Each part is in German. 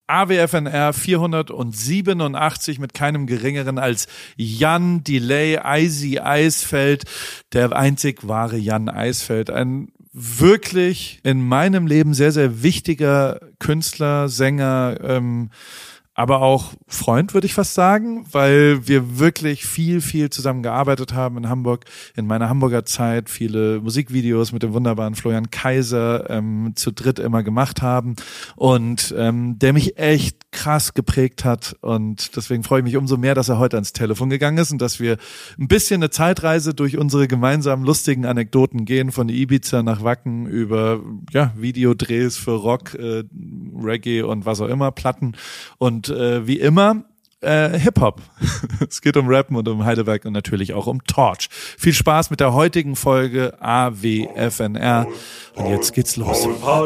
AWFNR 487 mit keinem geringeren als Jan Delay Eisy Eisfeld, der einzig wahre Jan Eisfeld. Ein wirklich in meinem Leben sehr, sehr wichtiger Künstler, Sänger, aber auch Freund, würde ich fast sagen, weil wir wirklich viel zusammen gearbeitet haben in Hamburg, in meiner Hamburger Zeit, viele Musikvideos mit dem wunderbaren Florian Kaiser zu dritt immer gemacht haben und der mich echt krass geprägt hat und deswegen freue ich mich umso mehr, dass er heute ans Telefon gegangen ist und dass wir ein bisschen eine Zeitreise durch unsere gemeinsamen lustigen Anekdoten gehen, von Ibiza nach Wacken über Videodrehs für Rock, Reggae und was auch immer, Platten und wie immer Hip-Hop. Es geht um Rappen und um Heidelberg und natürlich auch um Torch. Viel Spaß mit der heutigen Folge AWFNR und jetzt geht's los.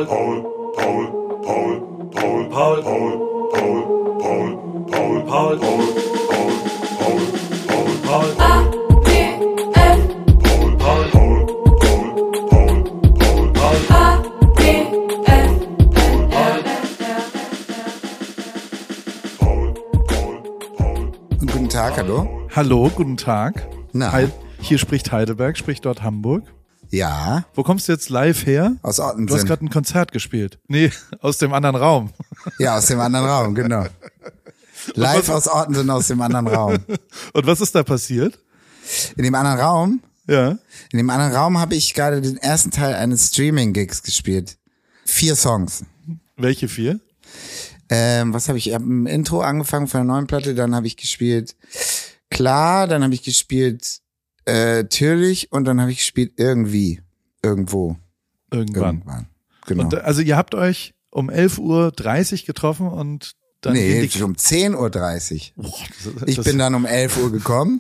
Guten Tag, hallo. Hallo, guten Tag. Na? Hier spricht Heidelberg, spricht dort Hamburg. Ja. Wo kommst du jetzt live her? Aus Ottensen. Du hast gerade ein Konzert gespielt. Nee, aus dem anderen Raum. Ja, aus dem anderen Raum, genau. Live aus Ottensen, aus dem anderen Raum. Und was ist da passiert? In dem anderen Raum? Ja. In dem anderen Raum habe ich gerade den ersten Teil eines Streaming-Gigs gespielt. 4 Songs. Welche 4? Was habe ich? Ich habe ein Intro angefangen von der neuen Platte, dann habe ich gespielt Klar, dann habe ich gespielt Türlich und dann habe ich gespielt Irgendwie. Irgendwo. Irgendwann. Genau. Und also ihr habt euch um 11:30 Uhr getroffen und dann... Nee, um 10:30 Uhr. Ich bin dann um 11 Uhr gekommen.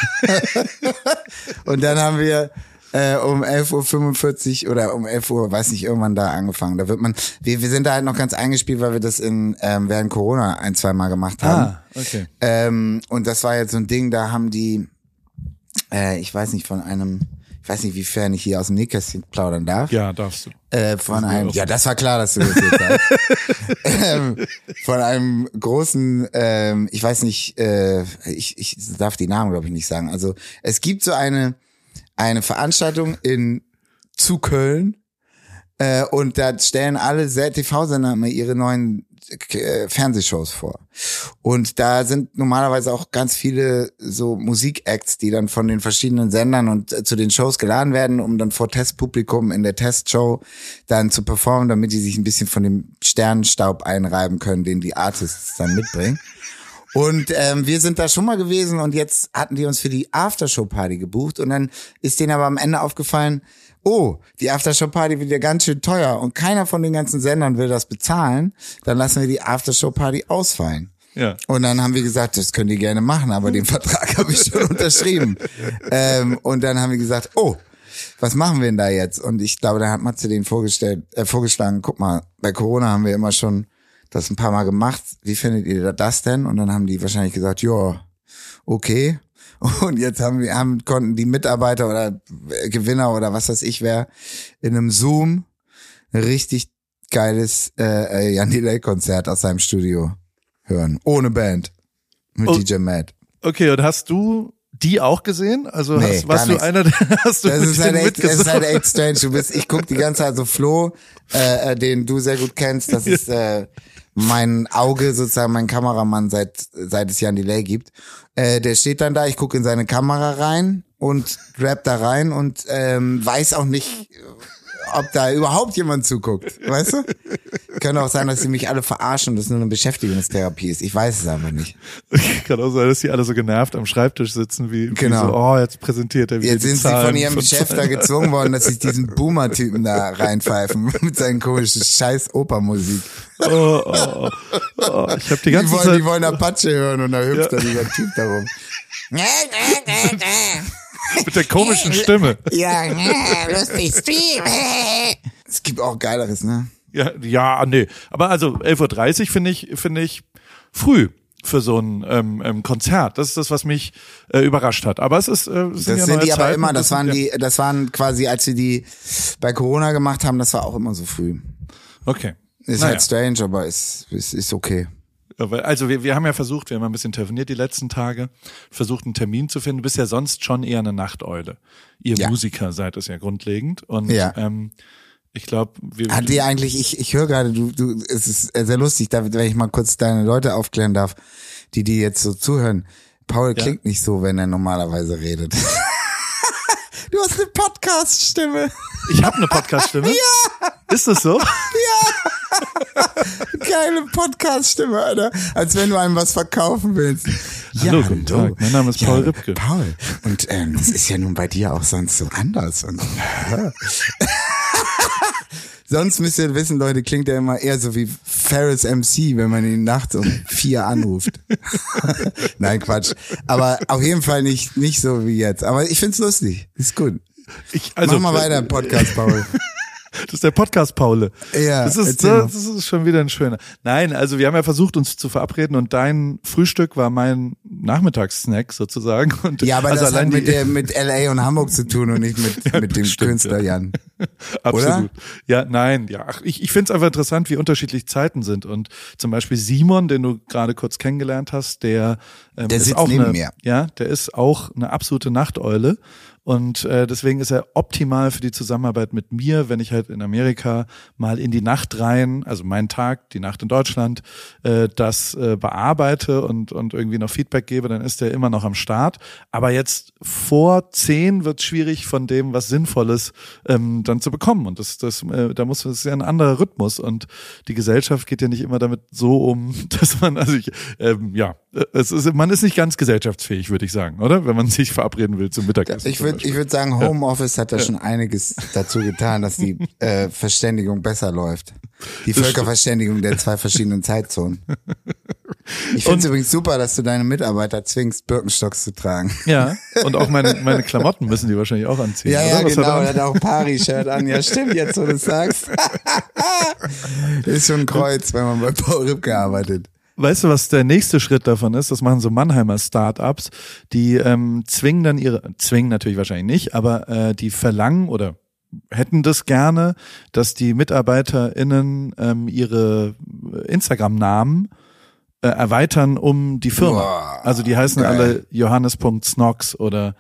Und dann haben wir um 11:45 Uhr oder um 11 Uhr, weiß nicht, irgendwann da angefangen. Da wird man, wir sind da halt noch ganz eingespielt, weil wir das während Corona 1-2 Mal gemacht haben. Okay. Und das war jetzt so ein Ding, da haben die, ich weiß nicht, wiefern ich hier aus dem Nähkästchen plaudern darf. Ja, darfst du. Ja, das war klar, dass du das jetzt sagst. Von einem großen, ich weiß nicht, ich darf die Namen, glaube ich, nicht sagen. Also es gibt so eine Veranstaltung zu Köln und da stellen alle TV-Sender immer ihre neuen Fernsehshows vor. Und da sind normalerweise auch ganz viele so Musikacts, die dann von den verschiedenen Sendern und zu den Shows geladen werden, um dann vor Testpublikum in der Testshow dann zu performen, damit die sich ein bisschen von dem Sternenstaub einreiben können, den die Artists dann mitbringen. Und wir sind da schon mal gewesen und jetzt hatten die uns für die Aftershow-Party gebucht und dann ist denen aber am Ende aufgefallen, oh, die Aftershow-Party wird ja ganz schön teuer und keiner von den ganzen Sendern will das bezahlen, dann lassen wir die Aftershow-Party ausfallen. Ja. Und dann haben wir gesagt, das können die gerne machen, aber den Vertrag habe ich schon unterschrieben. Und dann haben wir gesagt, oh, was machen wir denn da jetzt? Und ich glaube, da hat Matze denen vorgeschlagen, guck mal, bei Corona haben wir immer schon das ein paar Mal gemacht. Wie findet ihr das denn? Und dann haben die wahrscheinlich gesagt, ja, okay. Und jetzt konnten die Mitarbeiter oder Gewinner oder was weiß ich wer in einem Zoom ein richtig geiles Jan Delay-Konzert aus seinem Studio hören. Ohne Band. Mit DJ Matt. Okay, und hast du die auch gesehen? Also nee, warst du einer, hast du das ist halt echt strange. Ich guck die ganze Zeit so Flo, den du sehr gut kennst, das ist mein Auge, sozusagen mein Kameramann, seit es Jan Delay gibt. Der steht dann da, ich gucke in seine Kamera rein und rap da rein und weiß auch nicht, ob da überhaupt jemand zuguckt, weißt du? Könnte auch sein, dass sie mich alle verarschen und das nur eine Beschäftigungstherapie ist. Ich weiß es einfach nicht. Kann auch sein, dass die alle so genervt am Schreibtisch sitzen, wie genau. So, oh, jetzt präsentiert er wieder jetzt sind sie von ihrem Chef da gezwungen worden, dass sie diesen Boomer-Typen da reinpfeifen mit seinen komischen scheiß Opermusik. Oh. Ich hab die ganze Zeit... Die wollen Apache hören und da hüpft dann dieser Typ darum. Mit der komischen Stimme. Ja, lustig, Stream. Es gibt auch Geileres, ne? Ja, nee. Aber also 11:30 Uhr finde ich früh für so ein Konzert. Das ist das, was mich überrascht hat. Aber es ist das ja sind die aber Zeiten, immer, das waren quasi, als wir die bei Corona gemacht haben, das war auch immer so früh. Okay. Ist halt strange, aber ist okay. Also wir haben ja versucht, wir haben ein bisschen telefoniert die letzten Tage, versucht einen Termin zu finden. Du bist ja sonst schon eher eine Nachteule. Ihr Musiker seid es ja grundlegend. Und ich glaube, hat dir eigentlich, ich höre gerade, du, es ist sehr lustig, wenn ich mal kurz deine Leute aufklären darf, die jetzt so zuhören. Paul klingt nicht so, wenn er normalerweise redet. Du hast eine Podcast-Stimme. Ich habe eine Podcast-Stimme? Ja. Ist das so? Ja. Geile Podcast-Stimme, Alter. Als wenn du einem was verkaufen willst. Hallo, guten Tag. Mein Name ist Paul Ripke. Paul. Und das ist ja nun bei dir auch sonst so anders. Und sonst müsst ihr wissen, Leute, klingt er immer eher so wie Ferris MC, wenn man ihn nachts um 4 anruft. Nein, Quatsch. Aber auf jeden Fall nicht so wie jetzt. Aber ich find's lustig. Ist gut. Mach mal weiter im Podcast, Paul. Das ist der Podcast, Paul. Ja, das ist schon wieder ein schöner. Nein, also wir haben ja versucht, uns zu verabreden und dein Frühstück war mein Nachmittagssnack sozusagen. Und ja, aber also das hat mit LA und Hamburg zu tun und nicht mit dem stimmt, Künstler Jan. Absolut. Oder? Ja, nein, ja. Ach, ich finde es einfach interessant, wie unterschiedlich Zeiten sind. Und zum Beispiel Simon, den du gerade kurz kennengelernt hast, der ist sitzt auch neben mir. Ja, der ist auch eine absolute Nachteule. Und deswegen ist er optimal für die Zusammenarbeit mit mir, wenn ich halt in Amerika mal in die Nacht rein, also meinen Tag, die Nacht in Deutschland, das bearbeite und irgendwie noch Feedback gebe, dann ist er immer noch am Start. Aber jetzt vor 10 wird es schwierig, von dem was Sinnvolles dann zu bekommen. Und das ist ja ein anderer Rhythmus. Und die Gesellschaft geht ja nicht immer damit so um, dass man, man ist nicht ganz gesellschaftsfähig, würde ich sagen, oder? Wenn man sich verabreden will zum Mittagessen. Ich würde sagen, Homeoffice hat da schon einiges dazu getan, dass die Verständigung besser läuft. Die Völkerverständigung der 2 verschiedenen Zeitzonen. Ich finde es übrigens super, dass du deine Mitarbeiter zwingst, Birkenstocks zu tragen. Ja, und auch meine Klamotten müssen die wahrscheinlich auch anziehen. Ja, oder? ja, Was genau, er hat auch ein Pari-Shirt an. Ja, stimmt, jetzt wo du es sagst. Ist schon ein Kreuz, wenn man bei Paul Ripke arbeitet. Weißt du, was der nächste Schritt davon ist? Das machen so Mannheimer Startups, die zwingen natürlich wahrscheinlich nicht, aber die verlangen oder hätten das gerne, dass die MitarbeiterInnen ihre Instagram-Namen erweitern um die Firma. Boah, also die heißen geil. alle Johannes.snox oder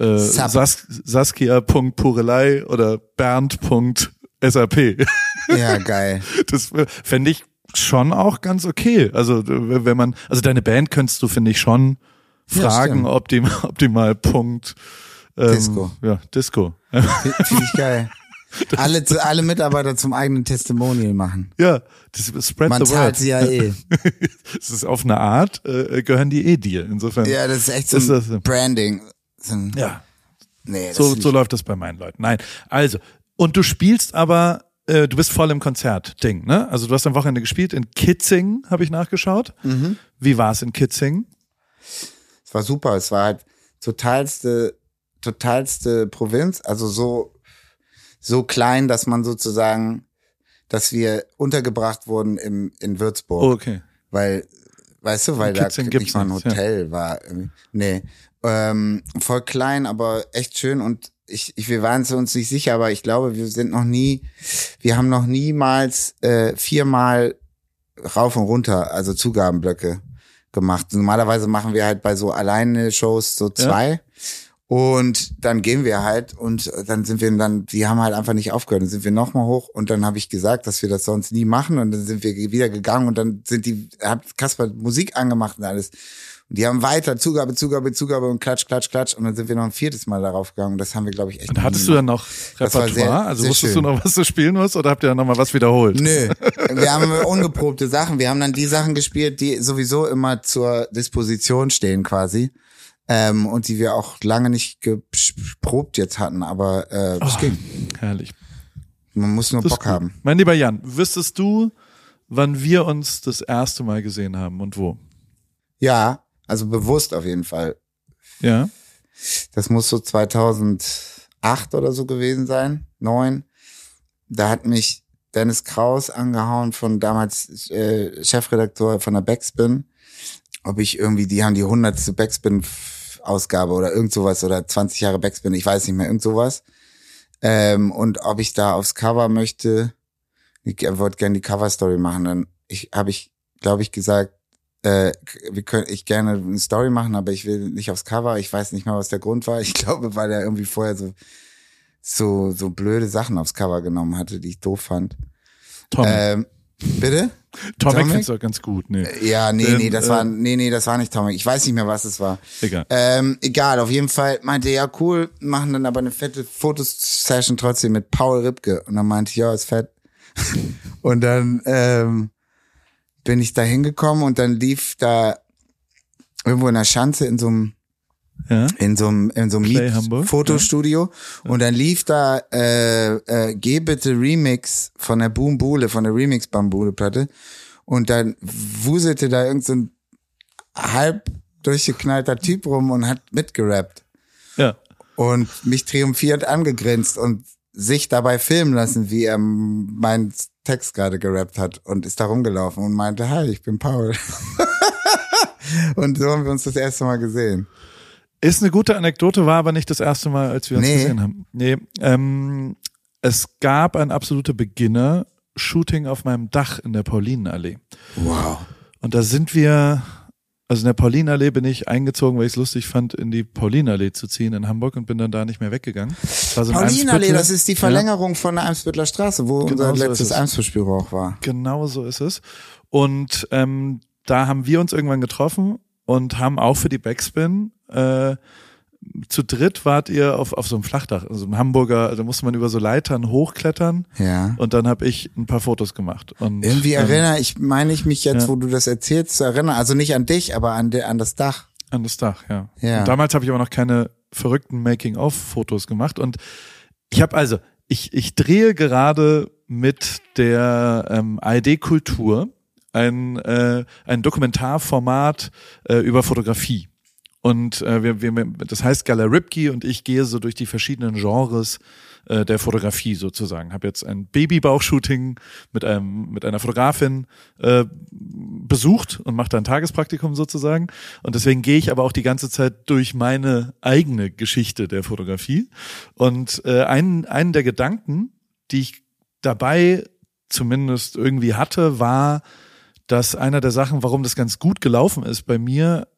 Saskia.purelei oder Bernd.sap. Ja, geil. Das fände ich schon auch ganz okay. Also wenn man, also deine Band könntest du, finde ich, schon fragen, ob die mal Punkt Disco. Ja, Disco. Finde ich geil. Alle Mitarbeiter zum eigenen Testimonial machen. Ja, das spread Man the zahlt word. sie ja eh. Es ist auf eine Art, gehören die dir. Insofern. Ja, das ist echt so ein Branding. Ja. Nee, So läuft das bei meinen Leuten. Nein. Also, und du spielst aber, du bist voll im Konzert-Ding, ne? Also du hast am Wochenende gespielt in Kitzingen, habe ich nachgeschaut. Mhm. Wie war es in Kitzingen? Es war super. Es war halt totalste Provinz. Also so klein, dass man sozusagen, dass wir untergebracht wurden in Würzburg. Oh, okay. Weil, weißt du, weil da Kitzingen nicht mal ein Hotel war. Nee. Voll klein, aber echt schön und wir waren uns nicht sicher, aber ich glaube, wir haben noch niemals 4-mal rauf und runter, also Zugabenblöcke gemacht. Normalerweise machen wir halt bei so alleine Shows so 2. Ja. Und dann gehen wir halt und dann die haben halt einfach nicht aufgehört. Dann sind wir nochmal hoch und dann habe ich gesagt, dass wir das sonst nie machen und dann sind wir wieder gegangen und dann hat Kasper Musik angemacht und alles. Und die haben weiter Zugabe und Klatsch und dann sind wir noch ein 4. Mal darauf gegangen und das haben wir, glaube ich, echt. Und hattest du dann noch Repertoire? Also wusstest du noch, was du spielen musst oder habt ihr dann nochmal was wiederholt? Nö, wir haben ungeprobte Sachen. Wir haben dann die Sachen gespielt, die sowieso immer zur Disposition stehen quasi. Und die wir auch lange nicht geprobt jetzt hatten, aber es ging. Herrlich. Man muss nur Bock haben. Mein lieber Jan, wüsstest du, wann wir uns das erste Mal gesehen haben und wo? Ja, also bewusst auf jeden Fall. Ja. Das muss so 2008 oder so gewesen sein, 2009. Da hat mich Dennis Kraus angehauen von damals Chefredakteur von der Backspin. Ob ich irgendwie, die haben die 100. Backspin-Ausgabe oder irgend sowas oder 20 Jahre Backspin, ich weiß nicht mehr, irgend sowas. Und ob ich da aufs Cover möchte, ich wollte gerne die Cover-Story machen. Dann habe ich, glaube ich, gesagt, ich gerne eine Story machen, aber ich will nicht aufs Cover. Ich weiß nicht mal, was der Grund war. Ich glaube, weil er irgendwie vorher so blöde Sachen aufs Cover genommen hatte, die ich doof fand. Tom. Bitte? Tomek findest du ganz gut, nee. Ja, das war nicht Tomek. Ich weiß nicht mehr, was es war. Egal. Egal, auf jeden Fall meinte, ja cool, machen dann aber eine fette Fotosession trotzdem mit Paul Ripke. Und dann meinte ich, ja, ist fett. Und dann bin ich da hingekommen und dann lief da irgendwo in der Schanze in so einem Fotostudio und dann lief da Geh bitte Remix von der Boombule, von der Remix-Bambule-Platte und dann wuselte da irgend so ein halb durchgeknallter Typ rum und hat mitgerappt. Ja. Und mich triumphierend angegrinst und sich dabei filmen lassen, wie er meinen Text gerade gerappt hat und ist da rumgelaufen und meinte, hi, ich bin Paul. Und so haben wir uns das erste Mal gesehen. Ist eine gute Anekdote, war aber nicht das erste Mal, als wir uns gesehen haben. Nee, es gab ein absoluter Beginner-Shooting auf meinem Dach in der Paulinenallee. Wow. Und da sind wir, also in der Paulinenallee bin ich eingezogen, weil ich es lustig fand, in die Paulinenallee zu ziehen in Hamburg und bin dann da nicht mehr weggegangen. So Paulinenallee, das ist die Verlängerung von der Eimsbütteler Straße, wo unser letztes Eimsbüttel-Büro auch war. Genau so ist es. Und da haben wir uns irgendwann getroffen und haben auch für die Backspin zu dritt wart ihr auf so einem Flachdach, also im Hamburger, da musste man über so Leitern hochklettern. Ja. Und dann habe ich ein paar Fotos gemacht. Und irgendwie erinnere ich mich jetzt, wo du das erzählst, zu erinnern, also nicht an dich, aber an das Dach. An das Dach, ja. Ja. Und damals habe ich aber noch keine verrückten Making-of-Fotos gemacht und ich drehe gerade mit der ARD-Kultur ein Dokumentarformat über Fotografie. Und das heißt Gala Ripke und ich gehe so durch die verschiedenen Genres der Fotografie sozusagen. Habe jetzt ein Babybauch-Shooting mit einer Fotografin besucht und mache da ein Tagespraktikum sozusagen. Und deswegen gehe ich aber auch die ganze Zeit durch meine eigene Geschichte der Fotografie. Und einen der Gedanken, die ich dabei zumindest irgendwie hatte, war, dass einer der Sachen, warum das ganz gut gelaufen ist bei mir,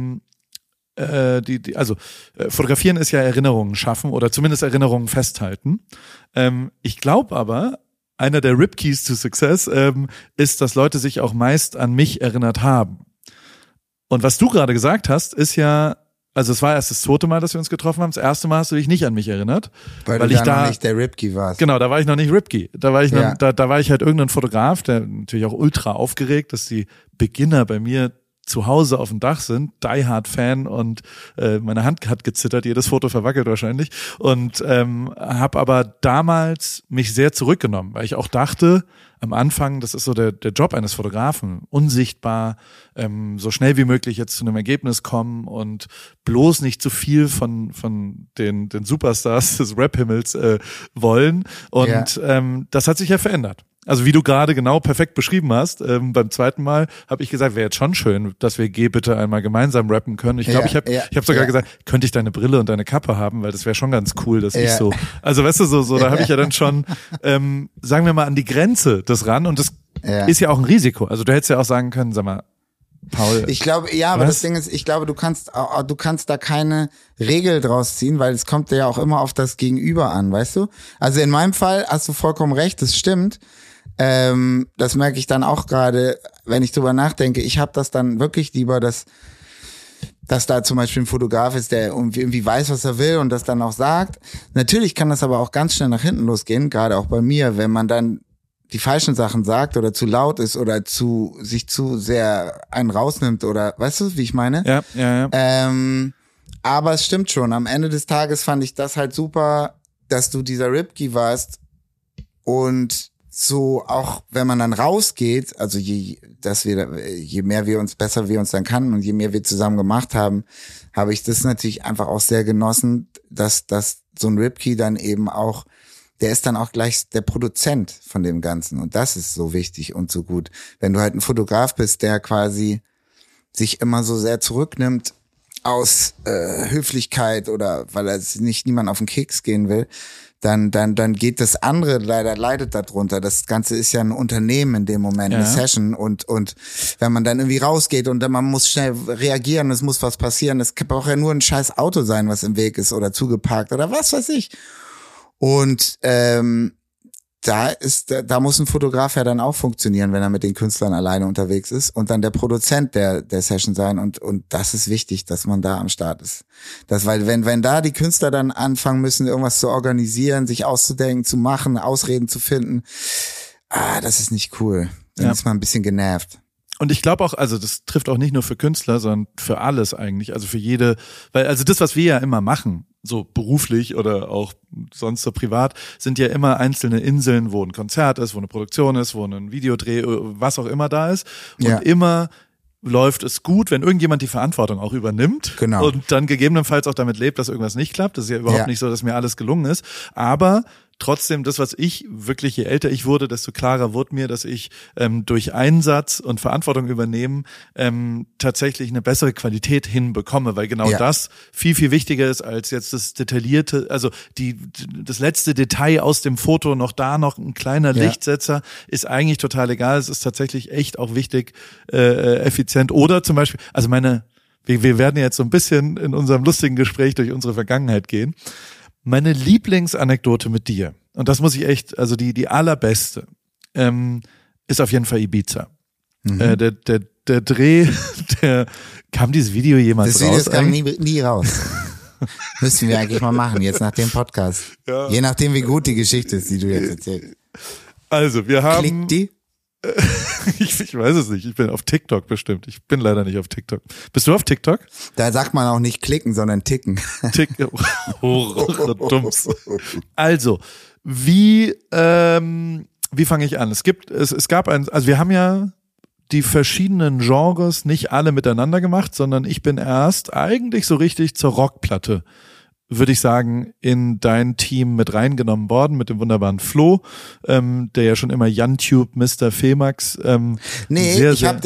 fotografieren ist ja Erinnerungen schaffen oder zumindest Erinnerungen festhalten. Ich glaube aber, einer der Ripkeys to Success ist, dass Leute sich auch meist an mich erinnert haben. Und was du gerade gesagt hast, ist ja, also es war erst das zweite Mal, dass wir uns getroffen haben. Das erste Mal hast du dich nicht an mich erinnert. Weil du da noch nicht der Ripke warst. Genau, da war ich noch nicht Ripke. Da war ich halt irgendein Fotograf, der natürlich auch ultra aufgeregt, dass die Beginner bei mir zu Hause auf dem Dach sind, Die Hard Fan und meine Hand hat gezittert, jedes Foto verwackelt wahrscheinlich und habe aber damals mich sehr zurückgenommen, weil ich auch dachte, am Anfang, das ist so der Job eines Fotografen, unsichtbar, so schnell wie möglich jetzt zu einem Ergebnis kommen und bloß nicht zu viel von den Superstars des Rap-Himmels wollen und das hat sich ja verändert. Also wie du gerade genau perfekt beschrieben hast, beim zweiten Mal habe ich gesagt, wäre jetzt schon schön, dass wir Geh bitte einmal gemeinsam rappen können. Ich glaube, ich hab sogar gesagt, könnte ich deine Brille und deine Kappe haben, weil das wäre schon ganz cool, dass ich so, also weißt du, so da habe ich ja dann schon, sagen wir mal, an die Grenze des ran und das ist ja auch ein Risiko. Also du hättest ja auch sagen können, sag mal, Paul. Ich glaube, ja, aber das Ding ist, ich glaube, du kannst da keine Regel draus ziehen, weil es kommt ja auch immer auf das Gegenüber an, weißt du? Also in meinem Fall hast du vollkommen recht, das stimmt. Das merke ich dann auch gerade, wenn ich drüber nachdenke. Ich habe das dann wirklich lieber, dass da zum Beispiel ein Fotograf ist, der irgendwie weiß, was er will und das dann auch sagt. Natürlich kann das aber auch ganz schnell nach hinten losgehen, gerade auch bei mir, wenn man dann die falschen Sachen sagt oder zu laut ist oder sich zu sehr einen rausnimmt oder, weißt du, wie ich meine? Ja. Aber es stimmt schon. Am Ende des Tages fand ich das halt super, dass du dieser Ripke warst und so auch, wenn man dann rausgeht, also je mehr besser wir uns dann kannten und je mehr wir zusammen gemacht haben, habe ich das natürlich einfach auch sehr genossen, dass so ein Ripke dann eben auch, der ist dann auch gleich der Produzent von dem Ganzen und das ist so wichtig und so gut. Wenn du halt ein Fotograf bist, der quasi sich immer so sehr zurücknimmt aus Höflichkeit oder weil er nicht niemand auf den Keks gehen will, dann geht das andere leidet darunter. Das Ganze ist ja ein Unternehmen in dem Moment, eine Session und wenn man dann irgendwie rausgeht und dann man muss schnell reagieren, es muss was passieren, es braucht ja nur ein scheiß Auto sein, was im Weg ist oder zugeparkt oder was weiß ich. Und da muss ein Fotograf ja dann auch funktionieren, wenn er mit den Künstlern alleine unterwegs ist und dann der Produzent der Session sein und das ist wichtig, dass man da am Start ist. Weil wenn da die Künstler dann anfangen müssen, irgendwas zu organisieren, sich auszudenken, zu machen, Ausreden zu finden, das ist nicht cool. Dann ist man ein bisschen genervt. Und ich glaube auch, also das trifft auch nicht nur für Künstler, sondern für alles eigentlich, also für jede, weil also das, was wir ja immer machen, so beruflich oder auch sonst so privat, sind ja immer einzelne Inseln, wo ein Konzert ist, wo eine Produktion ist, wo ein Videodreh, was auch immer da ist. Und immer läuft es gut, wenn irgendjemand die Verantwortung auch übernimmt und dann gegebenenfalls auch damit lebt, dass irgendwas nicht klappt. Das ist ja überhaupt nicht so, dass mir alles gelungen ist. Aber trotzdem, das, was ich wirklich, je älter ich wurde, desto klarer wurde mir, dass ich durch Einsatz und Verantwortung übernehmen tatsächlich eine bessere Qualität hinbekomme, weil genau das viel, viel wichtiger ist als jetzt das detaillierte, also das letzte Detail aus dem Foto, noch ein kleiner Lichtsetzer, ist eigentlich total egal. Es ist tatsächlich echt auch wichtig, effizient. Oder zum Beispiel, also wir werden jetzt so ein bisschen in unserem lustigen Gespräch durch unsere Vergangenheit gehen. Meine Lieblingsanekdote mit dir, und das muss ich echt, also die allerbeste, ist auf jeden Fall Ibiza. Der Dreh, kam dieses Video jemals raus? Das Video kam nie raus. Müssen wir eigentlich mal machen, jetzt nach dem Podcast. Ja. Je nachdem, wie gut die Geschichte ist, die du jetzt erzählst. Also, wir haben... Klickt die? Ich weiß es nicht. Ich bin auf TikTok bestimmt. Ich bin leider nicht auf TikTok. Bist du auf TikTok? Da sagt man auch nicht klicken, sondern ticken. Dumms. Also, wie fange ich an? Es gab also wir haben ja die verschiedenen Genres nicht alle miteinander gemacht, sondern ich bin erst eigentlich so richtig zur Rockplatte, würde ich sagen, in dein Team mit reingenommen worden, mit dem wunderbaren Flo, der ja schon immer YanTube Mr. Femax. Ich habe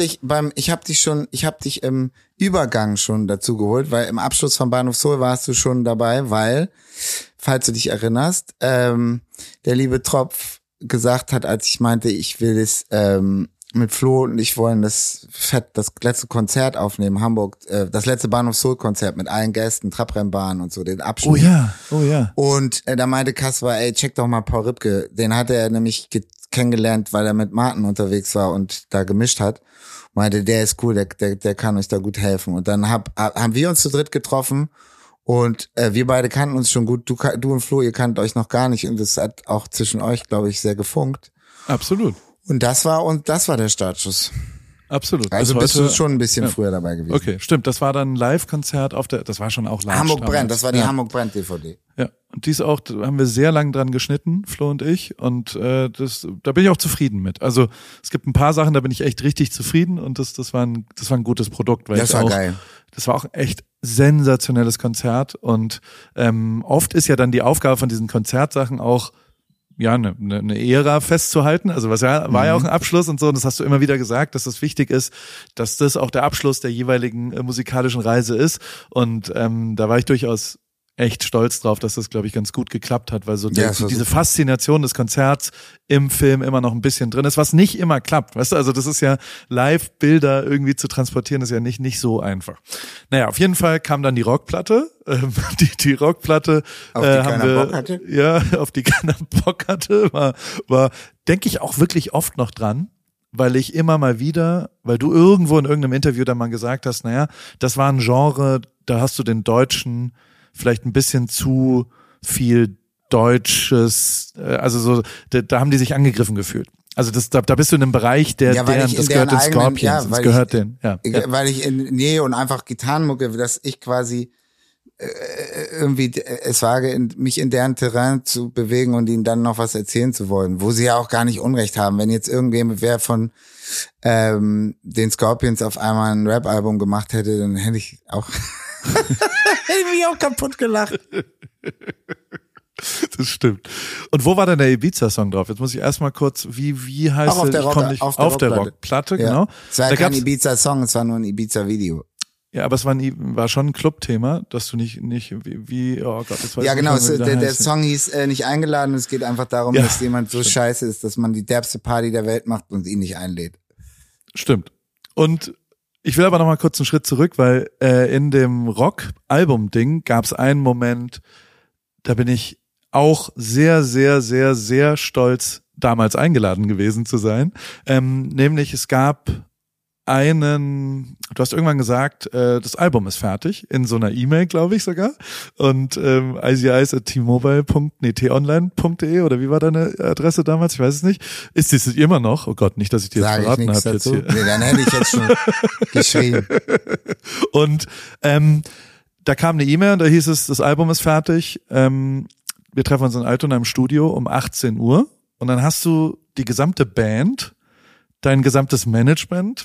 dich im Übergang schon dazu geholt, weil im Abschluss von Bahnhof Zoo warst du schon dabei, weil, falls du dich erinnerst, der liebe Tropf gesagt hat, als ich meinte, ich will es mit Flo und ich wollen das letzte Konzert aufnehmen, Hamburg, das letzte Bahnhof Soul Konzert mit allen Gästen, Trabrennbahn und so, den Abschluss. Oh ja. Und da meinte Kaspar, check doch mal Paul Ripke. Den hatte er nämlich kennengelernt, weil er mit Martin unterwegs war und da gemischt hat. Meinte, der ist cool, der kann euch da gut helfen. Und dann haben wir uns zu dritt getroffen und wir beide kannten uns schon gut. Du und Flo, ihr kannt euch noch gar nicht und das hat auch zwischen euch, glaube ich, sehr gefunkt. Absolut. Und das war der Startschuss. Absolut. Also bist du schon ein bisschen früher dabei gewesen. Okay, stimmt. Das war dann ein Live-Konzert das war schon auch live. Hamburg brennt, das war die Hamburg brennt DVD. Ja, und dies auch, da haben wir sehr lang dran geschnitten, Flo und ich, und da bin ich auch zufrieden mit. Also es gibt ein paar Sachen, da bin ich echt richtig zufrieden und das war ein gutes Produkt, weil das war geil. Das war auch ein echt sensationelles Konzert und oft ist ja dann die Aufgabe von diesen Konzertsachen auch eine Ära festzuhalten, also war ja auch ein Abschluss und so, und das hast du immer wieder gesagt, dass das wichtig ist, dass das auch der Abschluss der jeweiligen musikalischen Reise ist, und da war ich durchaus echt stolz drauf, dass das, glaube ich, ganz gut geklappt hat, weil so diese Faszination des Konzerts im Film immer noch ein bisschen drin ist, was nicht immer klappt, weißt du, also das ist ja Live-Bilder irgendwie zu transportieren, ist ja nicht so einfach. Naja, auf jeden Fall kam dann die Rockplatte, die Rockplatte, auf die keiner Bock hatte? Ja, auf die keiner Bock hatte, war denke ich auch wirklich oft noch dran, weil ich immer mal wieder, weil du irgendwo in irgendeinem Interview dann mal gesagt hast, naja, das war ein Genre, da hast du den Deutschen vielleicht ein bisschen zu viel Deutsches, also so, da haben die sich angegriffen gefühlt. Also da bist du in einem Bereich, das gehört den Scorpions, das gehört denen. Weil ich und einfach Gitarrenmucke, dass ich quasi irgendwie es wage, mich in deren Terrain zu bewegen und ihnen dann noch was erzählen zu wollen, wo sie ja auch gar nicht Unrecht haben. Wenn jetzt wer von den Scorpions auf einmal ein Rap-Album gemacht hätte, dann hätte ich mich auch kaputt gelacht. Das stimmt. Und wo war denn der Ibiza-Song drauf? Jetzt muss ich erstmal kurz, wie heißt auch auf der Rockplatte, genau. Es war ja kein Ibiza-Song, es war nur ein Ibiza-Video. Ja, aber es war schon ein Clubthema, dass du nicht wie oh Gott, das weiß ja, ich genau, nicht, der Song hieß nicht eingeladen. Es geht einfach darum, dass jemand so scheiße ist, dass man die derbste Party der Welt macht und ihn nicht einlädt. Stimmt. Und ich will aber noch mal kurz einen Schritt zurück, weil in dem Rock-Album-Ding gab es einen Moment, da bin ich auch sehr, sehr, sehr, sehr stolz, damals eingeladen gewesen zu sein. Nämlich es gab du hast irgendwann gesagt, das Album ist fertig, in so einer E-Mail, glaube ich sogar. Und t-online.de oder wie war deine Adresse damals? Ich weiß es nicht. Ist es immer noch? Oh Gott, nicht, dass ich dir jetzt verraten habe jetzt hier. Nee, dann hätte ich jetzt schon geschrieben. Und da kam eine E-Mail und da hieß es, das Album ist fertig. Wir treffen uns in Altona im Studio um 18 Uhr. Und dann hast du die gesamte Band, dein gesamtes Management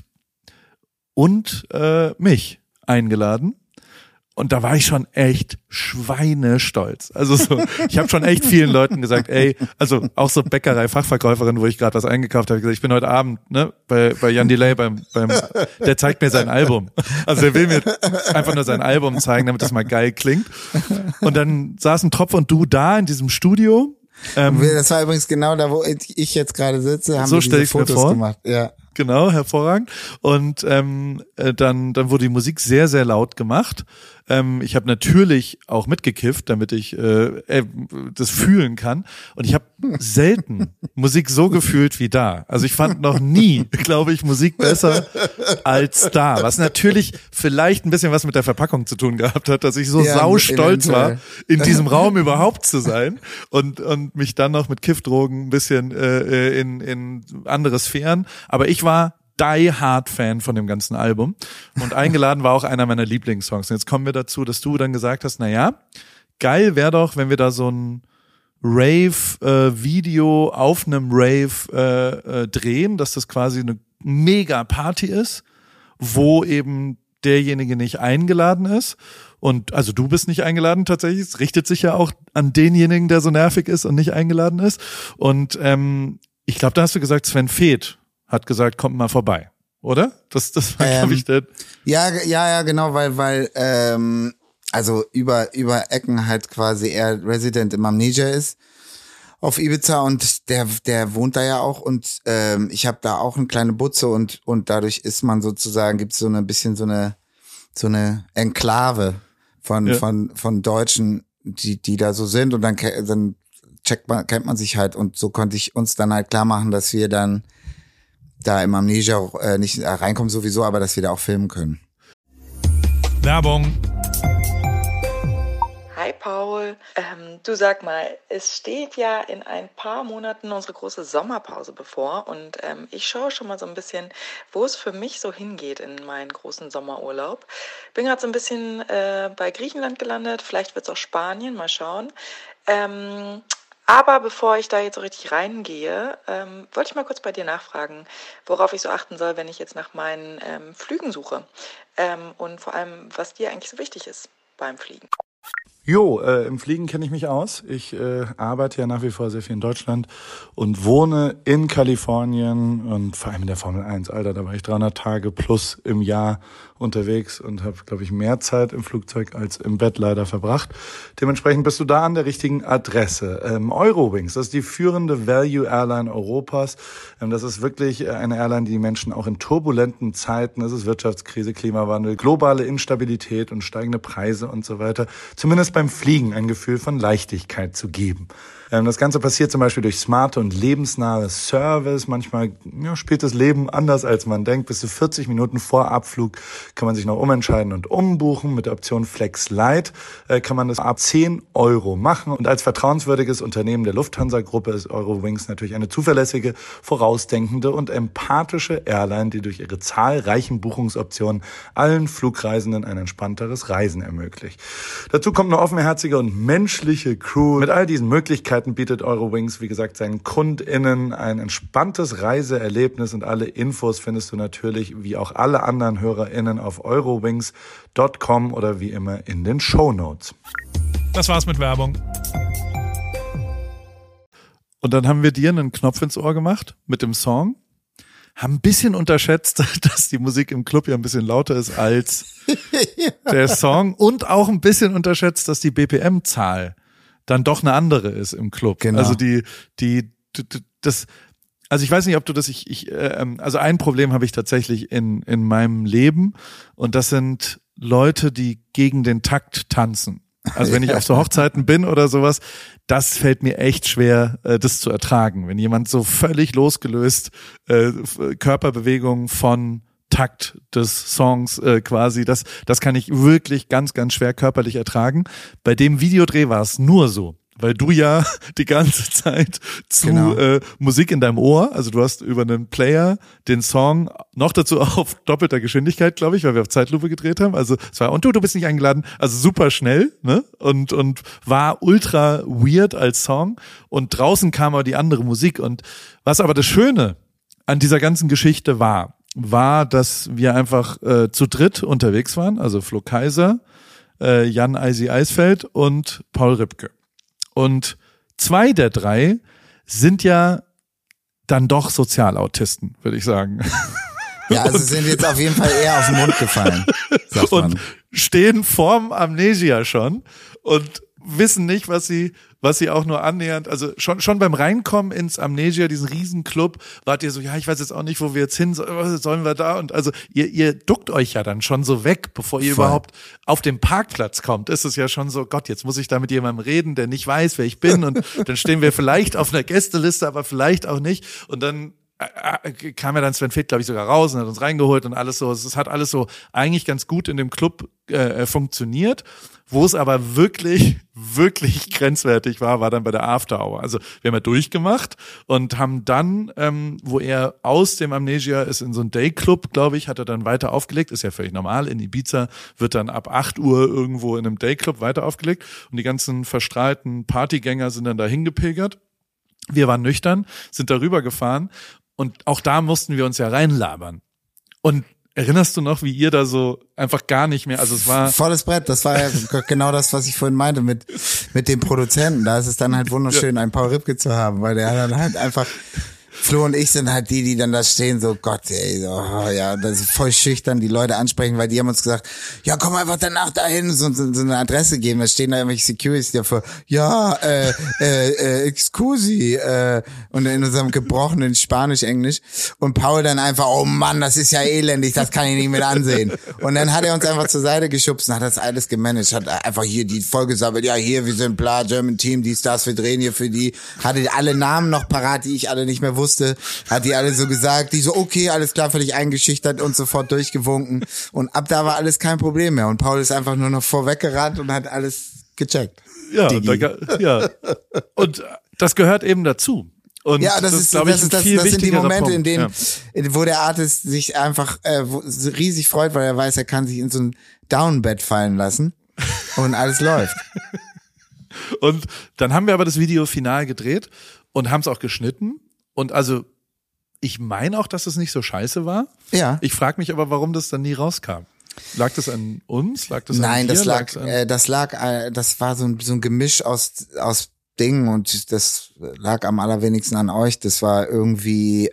und mich eingeladen. Und da war ich schon echt schweinestolz. Also so, ich habe schon echt vielen Leuten gesagt, ey, also auch so Bäckerei-Fachverkäuferin, wo ich gerade was eingekauft habe, gesagt, ich bin heute Abend bei Jan Delay der zeigt mir sein Album. Also er will mir einfach nur sein Album zeigen, damit das mal geil klingt. Und dann saßen Tropf und du da in diesem Studio. Das war übrigens genau da, wo ich jetzt gerade sitze, haben so wir diese Fotos gemacht. Ja. Genau, hervorragend. Und dann wurde die Musik sehr, sehr laut gemacht. Ich habe natürlich auch mitgekifft, damit ich das fühlen kann. Und ich habe selten Musik so gefühlt wie da. Also ich fand noch nie, glaube ich, Musik besser als da. Was natürlich vielleicht ein bisschen was mit der Verpackung zu tun gehabt hat, dass ich so saustolz war, in diesem Raum überhaupt zu sein und mich dann noch mit Kiffdrogen ein bisschen in andere Sphären. Aber ich war Die-Hard-Fan von dem ganzen Album und eingeladen war auch einer meiner Lieblingssongs. Und jetzt kommen wir dazu, dass du dann gesagt hast, geil wäre doch, wenn wir da so ein Rave-Video auf einem Rave drehen, dass das quasi eine Mega-Party ist, wo eben derjenige nicht eingeladen ist. Und also du bist nicht eingeladen tatsächlich. Es richtet sich ja auch an denjenigen, der so nervig ist und nicht eingeladen ist. Und ich glaube, da hast du gesagt, Sven Feth hat gesagt, kommt mal vorbei, oder? Das war, glaube ich, der. Ja, genau, weil also über Ecken halt quasi er Resident im Amnesia ist auf Ibiza und der wohnt da ja auch und ich habe da auch eine kleine Butze und dadurch ist man sozusagen, gibt's so ein bisschen so eine Enklave von Deutschen, die da so sind und dann kennt man sich halt und so konnte ich uns dann halt klar machen, dass wir dann da im Amnesia nicht reinkommen sowieso, aber dass wir da auch filmen können. Werbung. Hi Paul, du sag mal, es steht ja in ein paar Monaten unsere große Sommerpause bevor und ich schaue schon mal so ein bisschen, wo es für mich so hingeht in meinen großen Sommerurlaub. Bin gerade so ein bisschen bei Griechenland gelandet, vielleicht wird es auch Spanien, mal schauen. Aber bevor ich da jetzt so richtig reingehe, wollte ich mal kurz bei dir nachfragen, worauf ich so achten soll, wenn ich jetzt nach meinen Flügen suche. Und vor allem, was dir eigentlich so wichtig ist beim Fliegen. Im Fliegen kenne ich mich aus. Ich arbeite ja nach wie vor sehr viel in Deutschland und wohne in Kalifornien und vor allem in der Formel 1. Alter, da war ich 300 Tage plus im Jahr unterwegs und habe, glaube ich, mehr Zeit im Flugzeug als im Bett leider verbracht. Dementsprechend bist du da an der richtigen Adresse. Eurowings, das ist die führende Value Airline Europas. Das ist wirklich eine Airline, die Menschen auch in turbulenten Zeiten, das ist Wirtschaftskrise, Klimawandel, globale Instabilität und steigende Preise und so weiter, zumindest beim Fliegen ein Gefühl von Leichtigkeit zu geben. Das Ganze passiert zum Beispiel durch smarte und lebensnahe Service. Manchmal spielt das Leben anders, als man denkt. Bis zu 40 Minuten vor Abflug kann man sich noch umentscheiden und umbuchen. Mit der Option Flex Lite kann man das ab 10 € machen. Und als vertrauenswürdiges Unternehmen der Lufthansa-Gruppe ist Eurowings natürlich eine zuverlässige, vorausdenkende und empathische Airline, die durch ihre zahlreichen Buchungsoptionen allen Flugreisenden ein entspannteres Reisen ermöglicht. Dazu kommt eine offenherzige und menschliche Crew. Mit all diesen Möglichkeiten bietet Eurowings, wie gesagt, seinen KundInnen ein entspanntes Reiseerlebnis und alle Infos findest du natürlich, wie auch alle anderen HörerInnen, auf eurowings.com oder wie immer in den Shownotes. Das war's mit Werbung. Und dann haben wir dir einen Knopf ins Ohr gemacht mit dem Song. haben ein bisschen unterschätzt, dass die Musik im Club ja ein bisschen lauter ist als der Song und auch ein bisschen unterschätzt, dass die BPM-Zahl dann doch eine andere ist im Club. Genau. Also also ich weiß nicht, ob du das, also ein Problem habe ich tatsächlich in meinem Leben und das sind Leute, die gegen den Takt tanzen. Also wenn ich auf so Hochzeiten bin oder sowas, das fällt mir echt schwer, das zu ertragen. Wenn jemand so völlig losgelöst Körperbewegungen von Takt des Songs quasi, das kann ich wirklich ganz, ganz schwer körperlich ertragen. Bei dem Videodreh war es nur so, weil du ja die ganze Zeit zu Musik in deinem Ohr, also du hast über einen Player den Song noch dazu auf doppelter Geschwindigkeit, glaube ich, weil wir auf Zeitlupe gedreht haben. Also es war, und du bist nicht eingeladen, also super schnell, ne? Und war ultra weird als Song. Und draußen kam aber die andere Musik. Und was aber das Schöne an dieser ganzen Geschichte war, dass wir einfach zu dritt unterwegs waren, also Flo Kaiser, Jan Eisi Eisfeld und Paul Ripke. Und 2 der 3 sind ja dann doch Sozialautisten, würde ich sagen. Ja, also sind jetzt auf jeden Fall eher auf den Mund gefallen, sagt man. Und stehen vorm Amnesia schon und wissen nicht, was sie auch nur annähernd, also schon beim Reinkommen ins Amnesia, diesen Riesenclub, wart ihr so, ja, ich weiß jetzt auch nicht, wo wir jetzt hin, sollen wir da? Und also ihr duckt euch ja dann schon so weg, bevor ihr überhaupt auf den Parkplatz kommt. Ist es ja schon so, Gott, jetzt muss ich da mit jemandem reden, der nicht weiß, wer ich bin, und dann stehen wir vielleicht auf einer Gästeliste, aber vielleicht auch nicht. Und dann kam ja dann Sven Feth, glaube ich, sogar raus und hat uns reingeholt und alles so. Es hat alles so eigentlich ganz gut in dem Club funktioniert. Wo es aber wirklich, wirklich grenzwertig war dann bei der After Hour. Also wir haben ja durchgemacht und haben dann, wo er aus dem Amnesia ist in so einen Dayclub, glaube ich, hat er dann weiter aufgelegt. Ist ja völlig normal. In Ibiza wird dann ab 8 Uhr irgendwo in einem Dayclub weiter aufgelegt. Und die ganzen verstrahlten Partygänger sind dann da hingepilgert. Wir waren nüchtern, sind darüber gefahren. Und auch da mussten wir uns ja reinlabern. Und erinnerst du noch, wie ihr da so einfach gar nicht mehr, also es war... Volles Brett, das war ja genau das, was ich vorhin meinte mit dem Produzenten. Da ist es dann halt wunderschön, einen Paul Ripke zu haben, weil der dann halt einfach... Flo und ich sind halt die dann da stehen, so Gott, ey, so, ja, das ist voll schüchtern, die Leute ansprechen, weil die haben uns gesagt, ja, komm einfach danach dahin, so eine Adresse geben, da stehen da irgendwelche Securities dafür, ja, excusi, und in unserem gebrochenen Spanisch-Englisch, und Paul dann einfach, oh Mann, das ist ja elendig, das kann ich nicht mit ansehen. Und dann hat er uns einfach zur Seite geschubst und hat das alles gemanagt, hat einfach hier die Folge gesagt, ja, hier, wir sind bla, German Team, dies, das, wir drehen hier für die, hatte alle Namen noch parat, die ich alle nicht mehr wusste, hat die alle so gesagt, die so, okay, alles klar, völlig eingeschüchtert und sofort durchgewunken. Und ab da war alles kein Problem mehr. Und Paul ist einfach nur noch vorweggerannt und hat alles gecheckt. Ja, und das gehört eben dazu. Und ja, das sind die Momente, in denen, wo der Artist sich einfach riesig freut, weil er weiß, er kann sich in so ein Downbed fallen lassen und alles läuft. Und dann haben wir aber das Video final gedreht und haben es auch geschnitten. Und also, ich meine auch, dass es nicht so scheiße war. Ja. Ich frage mich aber, warum das dann nie rauskam. Lag das an uns? Lag das Nein, an dir? das war so ein Gemisch aus Dingen, und das lag am allerwenigsten an euch. Das war irgendwie,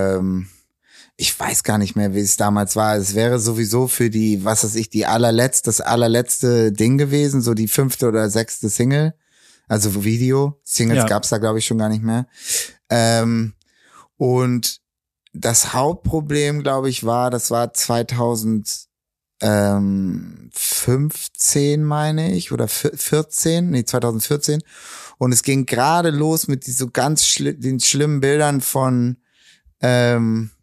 ich weiß gar nicht mehr, wie es damals war. Es wäre sowieso für die, was weiß ich, das allerletzte Ding gewesen, so die 5. oder 6. Single. Also Video. Singles gab's da, glaube ich, schon gar nicht mehr. Und das Hauptproblem, glaube ich, das war 2015, meine ich, oder 2014. Und es ging gerade los mit so ganz den schlimmen Bildern von, war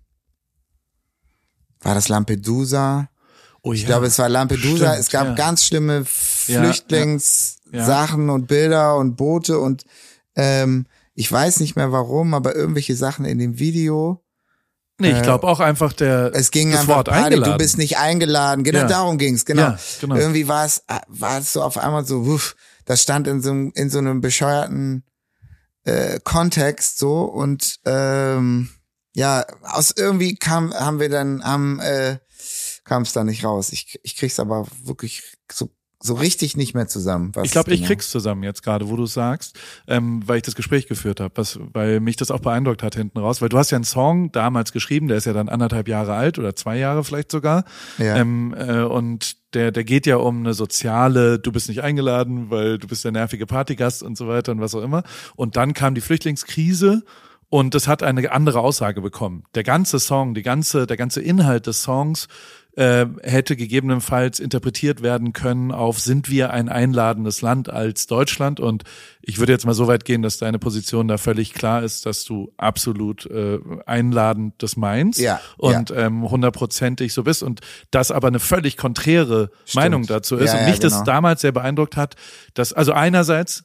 das Lampedusa? Oh, ja. Ich glaube, es war Lampedusa. Stimmt, es gab ganz schlimme Flüchtlingssachen und Bilder und Boote und ich weiß nicht mehr warum, aber irgendwelche Sachen in dem Video. Nee, ich glaube auch einfach es ging das einfach Wort Party, eingeladen. du bist nicht eingeladen. Genau, darum ging's, genau. Ja, genau. Irgendwie war es so auf einmal so, das stand in so einem bescheuerten Kontext so, und aus irgendwie kam es da nicht raus. Ich krieg's aber wirklich so so richtig nicht mehr zusammen. Ich glaube, ich krieg's zusammen jetzt gerade, wo du sagst, weil ich das Gespräch geführt habe, weil mich das auch beeindruckt hat hinten raus, weil du hast ja einen Song damals geschrieben, der ist ja dann 1,5 Jahre alt oder 2 Jahre vielleicht sogar, und der geht ja um eine soziale, du bist nicht eingeladen, weil du bist der nervige Partygast und so weiter und was auch immer. Und dann kam die Flüchtlingskrise. Und das hat eine andere Aussage bekommen. Der ganze Song, der ganze Inhalt des Songs hätte gegebenenfalls interpretiert werden können auf, sind wir ein einladendes Land als Deutschland? Und ich würde jetzt mal so weit gehen, dass deine Position da völlig klar ist, dass du absolut einladend das meinst und 100%ig so bist und das aber eine völlig konträre Meinung dazu ist. Und mich das damals sehr beeindruckt hat, dass also einerseits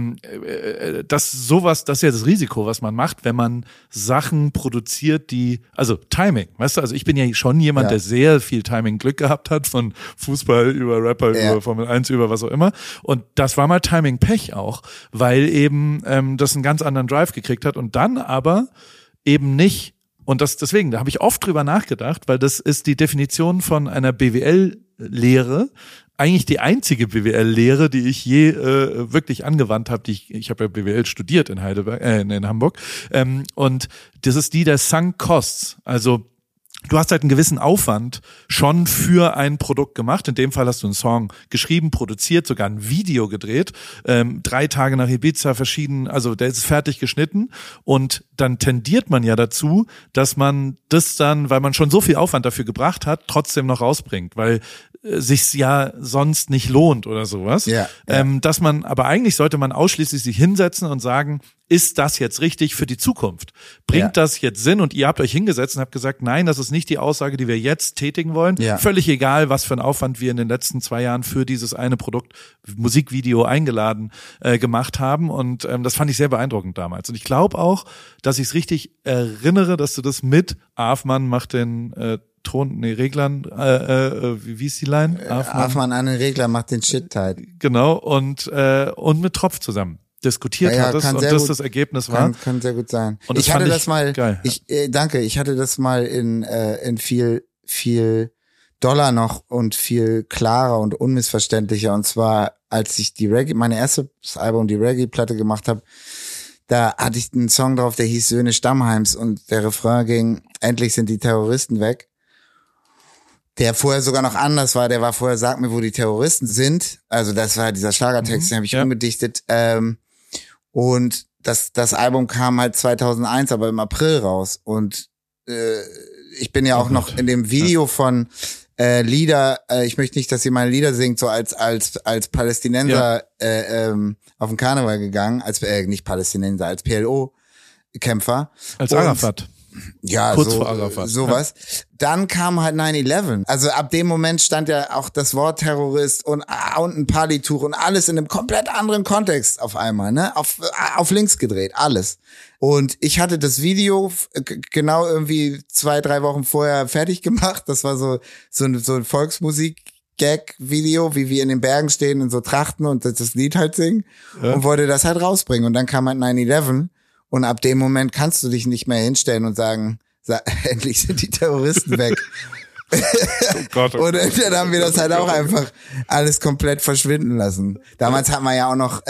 das ist ja das Risiko, was man macht, wenn man Sachen produziert, also Timing, weißt du, also ich bin ja schon jemand, der sehr viel Timing-Glück gehabt hat, von Fußball über Rapper, über Formel 1, über was auch immer, und das war mal Timing-Pech auch, weil eben das einen ganz anderen Drive gekriegt hat und dann aber eben nicht, und deswegen, da habe ich oft drüber nachgedacht, weil das ist die Definition von einer BWL-Lehre, eigentlich die einzige BWL-Lehre, die ich je wirklich angewandt habe. Ich habe ja BWL studiert in Heidelberg, in Hamburg. Und das ist die der Sunk Costs. Also du hast halt einen gewissen Aufwand schon für ein Produkt gemacht. In dem Fall hast du einen Song geschrieben, produziert, sogar ein Video gedreht. 3 Tage nach Ibiza also der ist fertig geschnitten. Und dann tendiert man ja dazu, dass man das dann, weil man schon so viel Aufwand dafür gebracht hat, trotzdem noch rausbringt, weil sich's ja sonst nicht lohnt oder sowas. Dass man, aber eigentlich sollte man ausschließlich sich hinsetzen und sagen, ist das jetzt richtig für die Zukunft? Bringt das jetzt Sinn? Und ihr habt euch hingesetzt und habt gesagt, nein, das ist nicht die Aussage, die wir jetzt tätigen wollen. Völlig egal, was für einen Aufwand wir in den letzten 2 Jahren für dieses eine Produkt, Musikvideo eingeladen gemacht haben. Und das fand ich sehr beeindruckend damals. Und ich glaube auch, dass ich es richtig erinnere, dass du das mit Afmann macht den Reglern, wie ist die Line? Afmann an den Regler macht den Shit tight. Genau, und mit Tropf zusammen diskutiert hattest und das das Ergebnis war. Kann sehr gut sein. Und ich hatte das mal, geil. Ich hatte das mal in viel doller noch und viel klarer und unmissverständlicher, und zwar, als ich mein erstes Album, die Reggae-Platte gemacht habe, da hatte ich einen Song drauf, der hieß Söhne Stammheims, und der Refrain ging, endlich sind die Terroristen weg. Der vorher sogar noch anders war, der war vorher, sag mir, wo die Terroristen sind. Also das war dieser Schlagertext, den habe ich umgedichtet. Und das Album kam halt 2001, aber im April raus. Und ich bin ja auch noch in dem Video von Lieder, ich möchte nicht, dass ihr meine Lieder singt, so als Palästinenser auf den Karneval gegangen, nicht Palästinenser, als PLO-Kämpfer. Als Arafat. Ja, kurz vor Arafat. Sowas. Dann kam halt 9/11. Also ab dem Moment stand ja auch das Wort Terrorist und ein Partytuch und alles in einem komplett anderen Kontext auf einmal, ne? Auf links gedreht, alles. Und ich hatte das Video genau irgendwie 2-3 Wochen vorher fertig gemacht. Das war so ein Volksmusik-Gag-Video, wie wir in den Bergen stehen und so trachten und das Lied halt singen, und wollte das halt rausbringen. Und dann kam halt 9/11. Und ab dem Moment kannst du dich nicht mehr hinstellen und sagen, endlich sind die Terroristen weg. Oh Gott. Und dann haben wir das halt auch einfach alles komplett verschwinden lassen. Damals hat man ja auch noch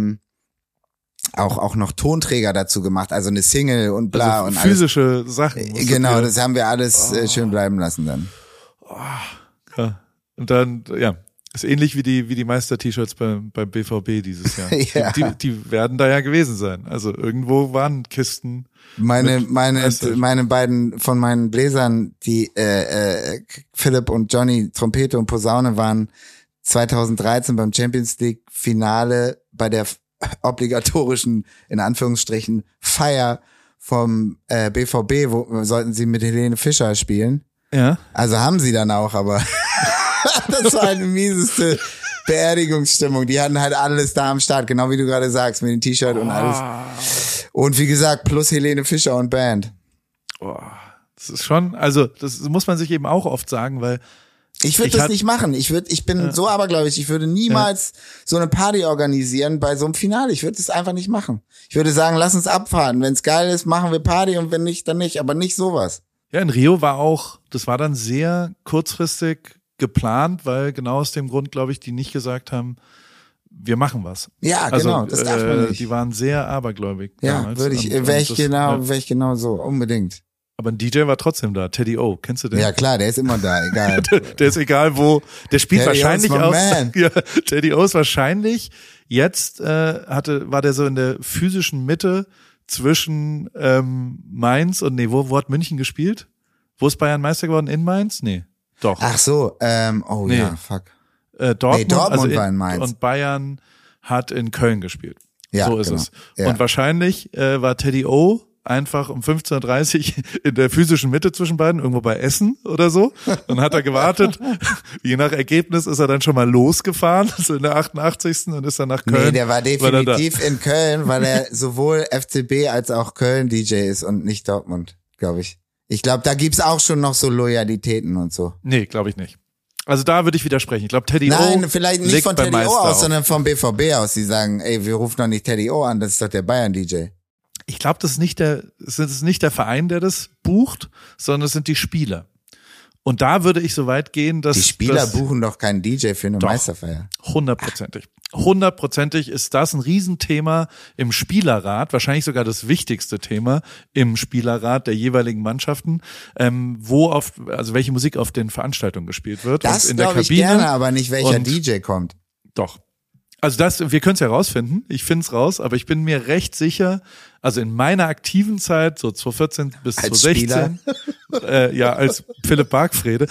auch noch Tonträger dazu gemacht, also eine Single und bla, also und physische alles. Sachen. Genau, das haben wir alles schön bleiben lassen dann. Ja. Und dann, ist ähnlich wie die Meister-T-Shirts beim BVB dieses Jahr. Die werden da ja gewesen sein. Also irgendwo waren Kisten. Meine beiden von meinen Bläsern, die Philipp und Johnny, Trompete und Posaune, waren 2013 beim Champions League Finale bei der obligatorischen, in Anführungsstrichen, Feier vom BVB, wo sollten sie mit Helene Fischer spielen. Ja. Also haben sie dann auch, aber das war eine mieseste Beerdigungsstimmung. Die hatten halt alles da am Start, genau wie du gerade sagst, mit dem T-Shirt und alles. Und wie gesagt, plus Helene Fischer und Band. Das ist schon, also das muss man sich eben auch oft sagen, weil ich würde das nicht machen. Ich bin so abergläubig, ich würde niemals so eine Party organisieren bei so einem Finale. Ich würde es einfach nicht machen. Ich würde sagen, lass uns abfahren. Wenn es geil ist, machen wir Party, und wenn nicht, dann nicht. Aber nicht sowas. Ja, in Rio das war dann sehr kurzfristig geplant, weil genau aus dem Grund, glaube ich, die nicht gesagt haben, wir machen was. Ja, genau, das darf man nicht. Die waren sehr abergläubig damals. Wäre ich genau so, unbedingt. Aber ein DJ war trotzdem da, Teddy O, kennst du den? Ja klar, der ist immer da, egal. der ist egal wo, der spielt Teddy wahrscheinlich O's aus. Ja, Teddy O ist wahrscheinlich jetzt war der so in der physischen Mitte zwischen Mainz und wo hat München gespielt? Wo ist Bayern Meister geworden? In Mainz? Nee, doch. Ach so, ja, fuck. Dortmund, Dortmund war in Mainz. Und Bayern hat in Köln gespielt. Ja, so ist genau. es. Ja. Und wahrscheinlich war Teddy O einfach um 15:30 Uhr in der physischen Mitte zwischen beiden, irgendwo bei Essen oder so. Und hat er gewartet. Je nach Ergebnis ist er dann schon mal losgefahren, so in der 88. und ist dann nach Köln. Nee, der war definitiv in Köln, weil er sowohl FCB als auch Köln DJ ist und nicht Dortmund, glaube ich. Ich glaube, da gibt's auch schon noch so Loyalitäten und so. Nee, glaube ich nicht. Also da würde ich widersprechen. Ich glaube, Teddy O. Nein, vielleicht nicht von Teddy O aus, auf. sondern vom BVB aus. Die sagen, ey, wir rufen doch nicht Teddy O an, das ist doch der Bayern-DJ. Ich glaube, das ist nicht der Verein, der das bucht, sondern es sind die Spieler. Und da würde ich so weit gehen, dass die Spieler buchen doch keinen DJ für eine Meisterfeier. 100%. 100% ist das ein Riesenthema im Spielerrat, wahrscheinlich sogar das wichtigste Thema im Spielerrat der jeweiligen Mannschaften, welche Musik auf den Veranstaltungen gespielt wird. Das und in der glaube ich Kabine gerne, aber nicht welcher DJ kommt. Doch. Also wir können es ja rausfinden. Ich finde es raus, aber ich bin mir recht sicher, also in meiner aktiven Zeit, so 2014 bis 2016, als Philipp Bargfrede,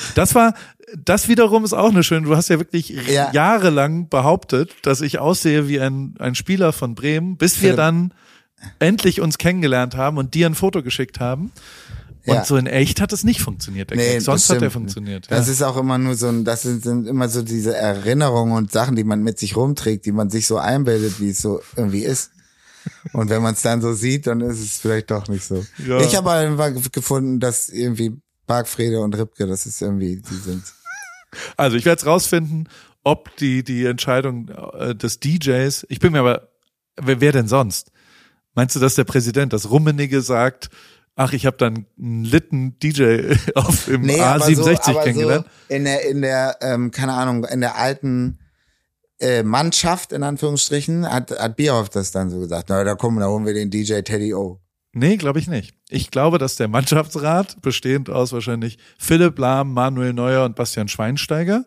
das wiederum ist auch eine schöne, du hast ja wirklich jahrelang behauptet, dass ich aussehe wie ein Spieler von Bremen, bis wir dann endlich uns kennengelernt haben und dir ein Foto geschickt haben. Und so in echt hat es nicht funktioniert. Sonst hat er funktioniert. Das ist auch immer nur das sind immer so diese Erinnerungen und Sachen, die man mit sich rumträgt, die man sich so einbildet, wie es so irgendwie ist. Und wenn man es dann so sieht, dann ist es vielleicht doch nicht so. Ja. Ich habe einfach gefunden, dass irgendwie Bargfrede und Ripke, das ist irgendwie, die sind. Also ich werde jetzt rausfinden, ob die Entscheidung des DJs, ich bin mir aber, wer denn sonst? Meinst du, dass der Präsident, dass Rummenigge sagt, ach, ich habe dann einen litten DJ im A67 kennengelernt? So in der keine Ahnung, in der alten Mannschaft, in Anführungsstrichen, hat Bierhoff das dann so gesagt. Na, da holen wir den DJ Teddy O. Nee, glaube ich nicht. Ich glaube, dass der Mannschaftsrat, bestehend aus wahrscheinlich Philipp Lahm, Manuel Neuer und Bastian Schweinsteiger,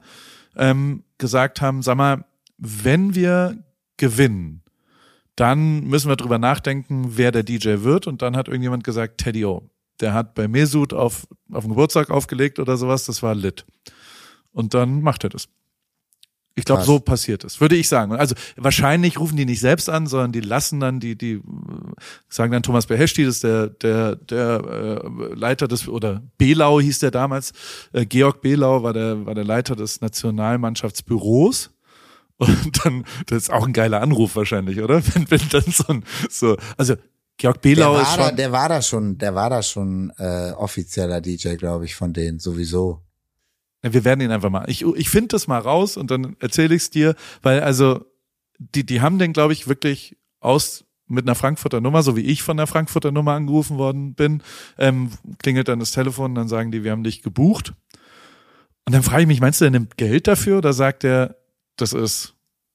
gesagt haben, sag mal, wenn wir gewinnen, dann müssen wir drüber nachdenken, wer der DJ wird. Und dann hat irgendjemand gesagt, Teddy O. Der hat bei Mesut auf den Geburtstag aufgelegt oder sowas, das war lit. Und dann macht er das. Ich glaube, so passiert es, würde ich sagen. Also wahrscheinlich rufen die nicht selbst an, sondern die lassen dann, die sagen dann Thomas Beheshti, das ist der Leiter des, oder Belau hieß der damals, Georg Belau war der Leiter des Nationalmannschaftsbüros. Und dann, das ist auch ein geiler Anruf wahrscheinlich, oder? Wenn dann also Georg Belau ist schon. Der war da schon offizieller DJ, glaube ich, von denen sowieso. Wir werden ihn einfach mal. Ich finde das mal raus und dann erzähle ich es dir, weil also die haben den, glaube ich, wirklich mit einer Frankfurter Nummer, so wie ich von der Frankfurter Nummer angerufen worden bin, klingelt dann das Telefon, dann sagen die, wir haben dich gebucht. Und dann frage ich mich, meinst du, er nimmt Geld dafür oder sagt er, das ist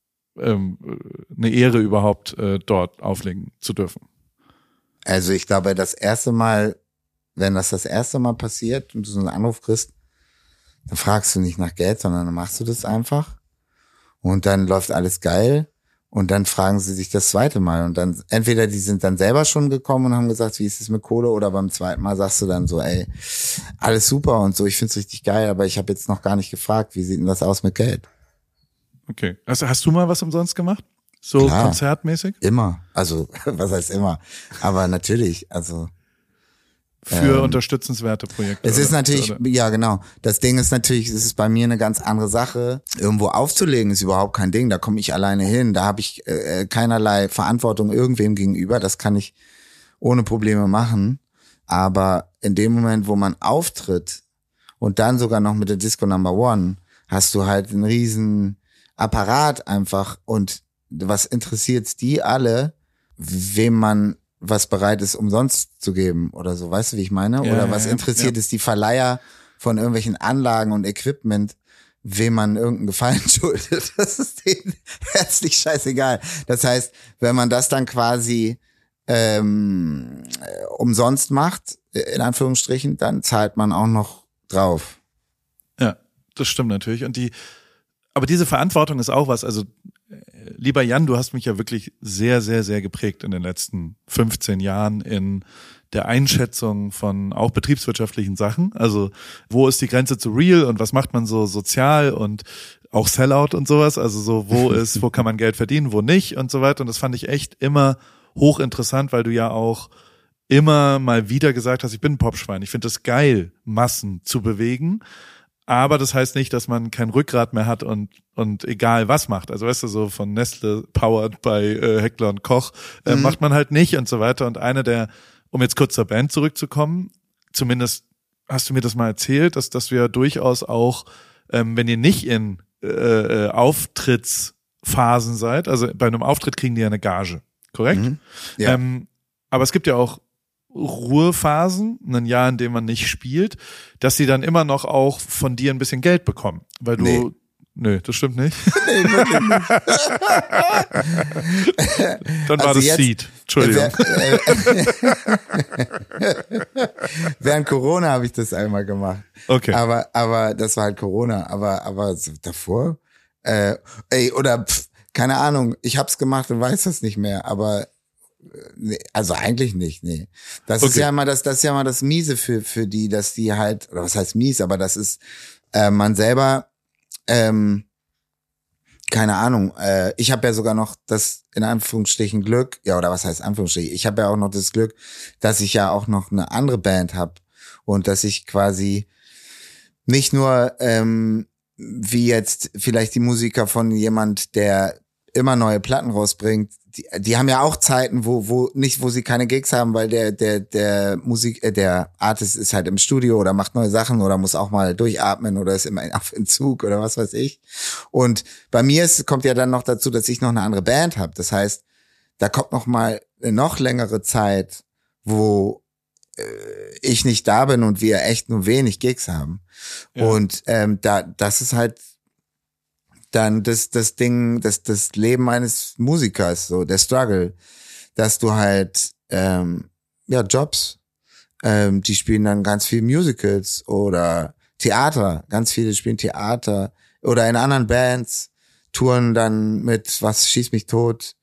eine Ehre überhaupt dort auflegen zu dürfen? Also ich glaube, das erste Mal, wenn das erste Mal passiert und du so einen Anruf kriegst, dann fragst du nicht nach Geld, sondern dann machst du das einfach und dann läuft alles geil und dann fragen sie sich das zweite Mal und dann entweder die sind dann selber schon gekommen und haben gesagt, wie ist es mit Kohle, oder beim zweiten Mal sagst du dann so, ey, alles super und so, ich find's richtig geil, aber ich habe jetzt noch gar nicht gefragt, wie sieht denn das aus mit Geld? Okay. Also hast du mal was umsonst gemacht? So klar, konzertmäßig? Immer. Also, was heißt immer? Aber natürlich, also. Für unterstützenswerte Projekte. Es ist natürlich, ja genau. Das Ding ist natürlich, es ist bei mir eine ganz andere Sache. Irgendwo aufzulegen ist überhaupt kein Ding. Da komme ich alleine hin. Da habe ich keinerlei Verantwortung irgendwem gegenüber. Das kann ich ohne Probleme machen. Aber in dem Moment, wo man auftritt und dann sogar noch mit der Disco Number One, hast du halt einen riesen Apparat einfach. Und was interessiert's die alle, wem man was bereit ist, umsonst zu geben oder so, weißt du, wie ich meine? Ja, oder was interessiert es die Verleiher von irgendwelchen Anlagen und Equipment, wem man irgendeinen Gefallen schuldet. Das ist denen herzlich scheißegal. Das heißt, wenn man das dann quasi umsonst macht, in Anführungsstrichen, dann zahlt man auch noch drauf. Ja, das stimmt natürlich. Aber diese Verantwortung ist auch was, also lieber Jan, du hast mich ja wirklich sehr, sehr, sehr geprägt in den letzten 15 Jahren in der Einschätzung von auch betriebswirtschaftlichen Sachen. Also wo ist die Grenze zu real und was macht man so sozial und auch Sellout und sowas. Also so wo kann man Geld verdienen, wo nicht und so weiter. Und das fand ich echt immer hochinteressant, weil du ja auch immer mal wieder gesagt hast, ich bin ein Popschwein. Ich finde es geil, Massen zu bewegen. Aber das heißt nicht, dass man kein Rückgrat mehr hat und egal was macht. Also weißt du, so von Nestle powered bei Heckler und Koch macht man halt nicht und so weiter. Und um jetzt kurz zur Band zurückzukommen, zumindest hast du mir das mal erzählt, dass wir durchaus auch, wenn ihr nicht in Auftrittsphasen seid, also bei einem Auftritt kriegen die ja eine Gage, korrekt? Mhm. Ja. Aber es gibt ja auch Ruhephasen, ein Jahr, in dem man nicht spielt, dass sie dann immer noch auch von dir ein bisschen Geld bekommen, weil du Nö, das stimmt nicht. Nee, wirklich nicht. Dann war Also das jetzt, Seed. Entschuldigung. Während Corona habe ich das einmal gemacht. Okay. Aber das war halt Corona. Aber so davor? Keine Ahnung. Ich hab's gemacht und weiß das nicht mehr. Aber nee, also eigentlich nicht. Nee. Das ist ja mal das Miese für die, dass die halt, oder was heißt mies? Aber das ist man selber. Keine Ahnung, ich habe ja sogar noch das in Anführungsstrichen Glück, ja, oder was heißt Anführungsstrichen, ich habe ja auch noch das Glück, dass ich ja auch noch eine andere Band habe und dass ich quasi nicht nur wie jetzt vielleicht die Musiker von jemand, der immer neue Platten rausbringt, die haben ja auch Zeiten, wo sie keine Gigs haben, weil der Artist ist halt im Studio oder macht neue Sachen oder muss auch mal durchatmen oder ist immer auf Entzug oder was weiß ich. Und bei mir kommt ja dann noch dazu, dass ich noch eine andere Band habe. Das heißt, da kommt noch mal eine noch längere Zeit, wo ich nicht da bin und wir echt nur wenig Gigs haben. Ja. Und das ist halt dann das Ding, das Leben eines Musikers, so der Struggle, dass du halt Jobs, die spielen dann ganz viel Musicals oder Theater, ganz viele spielen Theater oder in anderen Bands, touren dann mit was schieß mich tot,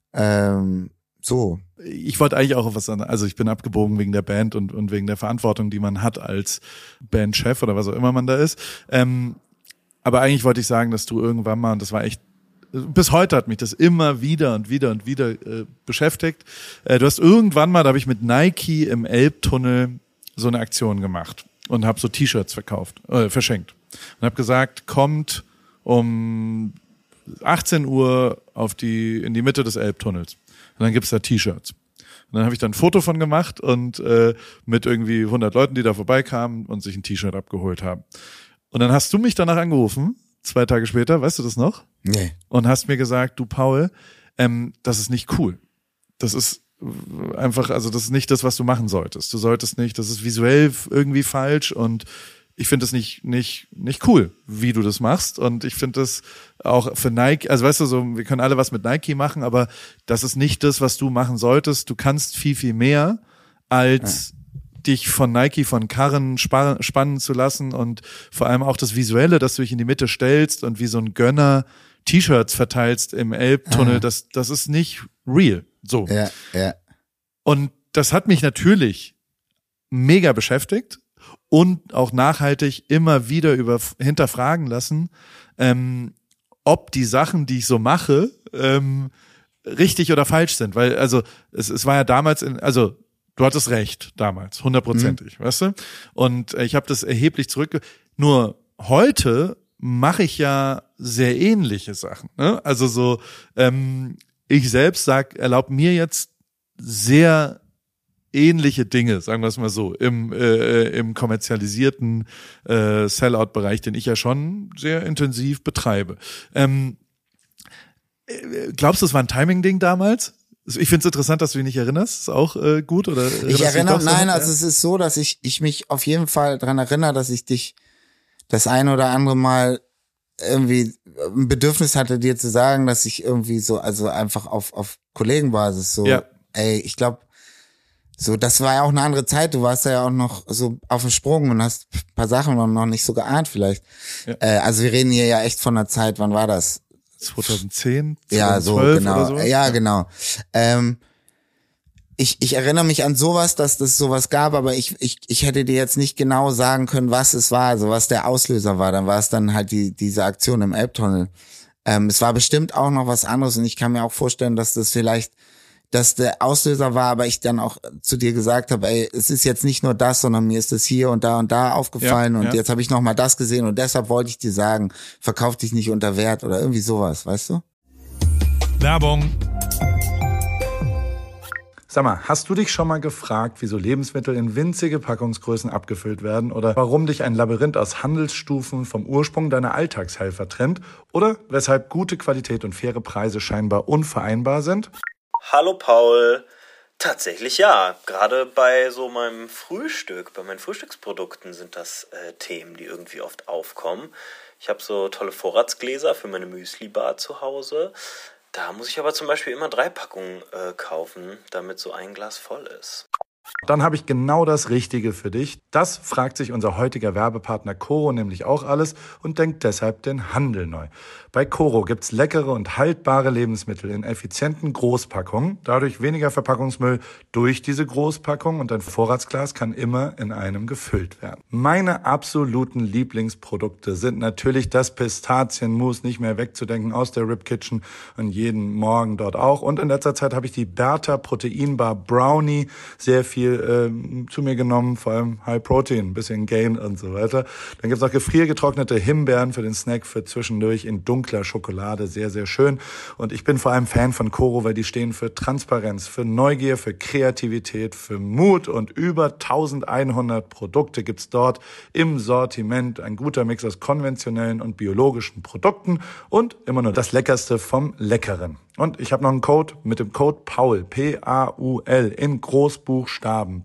so. Ich wollte eigentlich auch auf was anderes, also ich bin abgebogen wegen der Band und wegen der Verantwortung, die man hat als Bandchef oder was auch immer man da ist. Aber eigentlich wollte ich sagen, dass du irgendwann mal, und das war echt, bis heute hat mich das immer wieder und wieder und wieder beschäftigt. Du hast irgendwann mal, da habe ich mit Nike im Elbtunnel so eine Aktion gemacht und habe so T-Shirts verschenkt. Und habe gesagt, kommt um 18 Uhr in die Mitte des Elbtunnels. Und dann gibt's da T-Shirts. Und dann habe ich da ein Foto von gemacht und mit irgendwie 100 Leuten, die da vorbeikamen und sich ein T-Shirt abgeholt haben. Und dann hast du mich danach angerufen, 2 Tage später, weißt du das noch? Nee. Und hast mir gesagt, du Paul, das ist nicht cool. Das ist einfach, also das ist nicht das, was du machen solltest. Du solltest nicht, das ist visuell irgendwie falsch und ich finde das nicht cool, wie du das machst. Und ich finde das auch für Nike, also weißt du, so, wir können alle was mit Nike machen, aber das ist nicht das, was du machen solltest. Du kannst viel, viel mehr als dich von Nike von Karren spannen zu lassen und vor allem auch das Visuelle, dass du dich in die Mitte stellst und wie so ein Gönner T-Shirts verteilst im Elbtunnel, das ist nicht real. So. Ja, ja. Und das hat mich natürlich mega beschäftigt und auch nachhaltig immer wieder hinterfragen lassen, ob die Sachen, die ich so mache, richtig oder falsch sind. Weil, also, es war ja damals du hattest recht damals, 100%ig, weißt du? Und ich habe das erheblich nur heute mache ich ja sehr ähnliche Sachen, ne? Also so, ich selbst erlaub mir jetzt sehr ähnliche Dinge, sagen wir es mal so, im kommerzialisierten Sellout-Bereich, den ich ja schon sehr intensiv betreibe. Glaubst du, es war ein Timing-Ding damals? Ich finde es interessant, dass du dich nicht erinnerst. Ist auch gut, oder? Also es ist so, dass ich mich auf jeden Fall dran erinnere, dass ich dich das ein oder andere Mal irgendwie ein Bedürfnis hatte, dir zu sagen, dass ich irgendwie so, also einfach auf Kollegenbasis so, ey, ich glaube, so, das war ja auch eine andere Zeit. Du warst ja auch noch so auf dem Sprung und hast ein paar Sachen noch nicht so geahnt vielleicht. Ja. Also wir reden hier ja echt von einer Zeit, wann war das? 2010, 2012 ja, so, genau. Oder so? Ja, genau. Ich erinnere mich an sowas, dass das sowas gab, aber ich hätte dir jetzt nicht genau sagen können, was es war, also was der Auslöser war. Dann war es dann halt diese Aktion im Elbtunnel. Es war bestimmt auch noch was anderes und ich kann mir auch vorstellen, dass das vielleicht dass der Auslöser war, aber ich dann auch zu dir gesagt habe, ey, es ist jetzt nicht nur das, sondern mir ist es hier und da aufgefallen und jetzt habe ich noch mal das gesehen und deshalb wollte ich dir sagen, verkauf dich nicht unter Wert oder irgendwie sowas, weißt du? Werbung. Sag mal, hast du dich schon mal gefragt, wieso Lebensmittel in winzige Packungsgrößen abgefüllt werden oder warum dich ein Labyrinth aus Handelsstufen vom Ursprung deiner Alltagshelfer trennt oder weshalb gute Qualität und faire Preise scheinbar unvereinbar sind? Hallo Paul. Tatsächlich ja. Gerade bei so meinem Frühstück, bei meinen Frühstücksprodukten sind das Themen, die irgendwie oft aufkommen. Ich habe so tolle Vorratsgläser für meine Müsli-Bar zu Hause. Da muss ich aber zum Beispiel immer 3 Packungen kaufen, damit so ein Glas voll ist. Dann habe ich genau das Richtige für dich. Das fragt sich unser heutiger Werbepartner Coro nämlich auch alles und denkt deshalb den Handel neu. Bei Coro gibt's leckere und haltbare Lebensmittel in effizienten Großpackungen, dadurch weniger Verpackungsmüll durch diese Großpackung und dein Vorratsglas kann immer in einem gefüllt werden. Meine absoluten Lieblingsprodukte sind natürlich das Pistazienmus, nicht mehr wegzudenken aus der Rib Kitchen und jeden Morgen dort auch. Und in letzter Zeit habe ich die Bertha Proteinbar Brownie sehr viel zu mir genommen, vor allem High Protein, ein bisschen Gain und so weiter. Dann gibt's auch gefriergetrocknete Himbeeren für den Snack für zwischendurch in dunkler Schokolade, sehr, sehr schön. Und ich bin vor allem Fan von Coro, weil die stehen für Transparenz, für Neugier, für Kreativität, für Mut und über 1100 Produkte gibt's dort im Sortiment. Ein guter Mix aus konventionellen und biologischen Produkten und immer nur das Leckerste vom Leckeren. Und ich habe noch einen Code mit dem Code PAUL, P-A-U-L, in Großbuchstaben.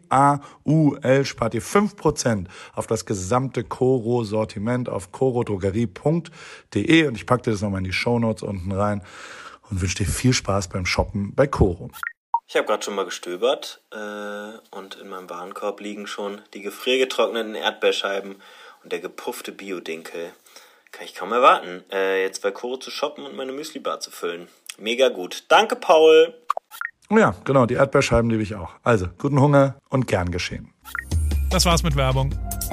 P-A-U-L spart ihr 5% auf das gesamte Coro-Sortiment auf corodrogerie.de und ich packe dir das nochmal in die Shownotes unten rein und wünsche dir viel Spaß beim Shoppen bei Coro. Ich habe gerade schon mal gestöbert und in meinem Warenkorb liegen schon die gefriergetrockneten Erdbeerscheiben und der gepuffte Bio-Dinkel. Kann ich kaum erwarten, jetzt bei Coro zu shoppen und meine Müsli-Bar zu füllen. Mega gut. Danke, Paul. Ja, genau, die Erdbeerscheiben liebe ich auch. Also, guten Hunger und gern geschehen. Das war's mit Werbung.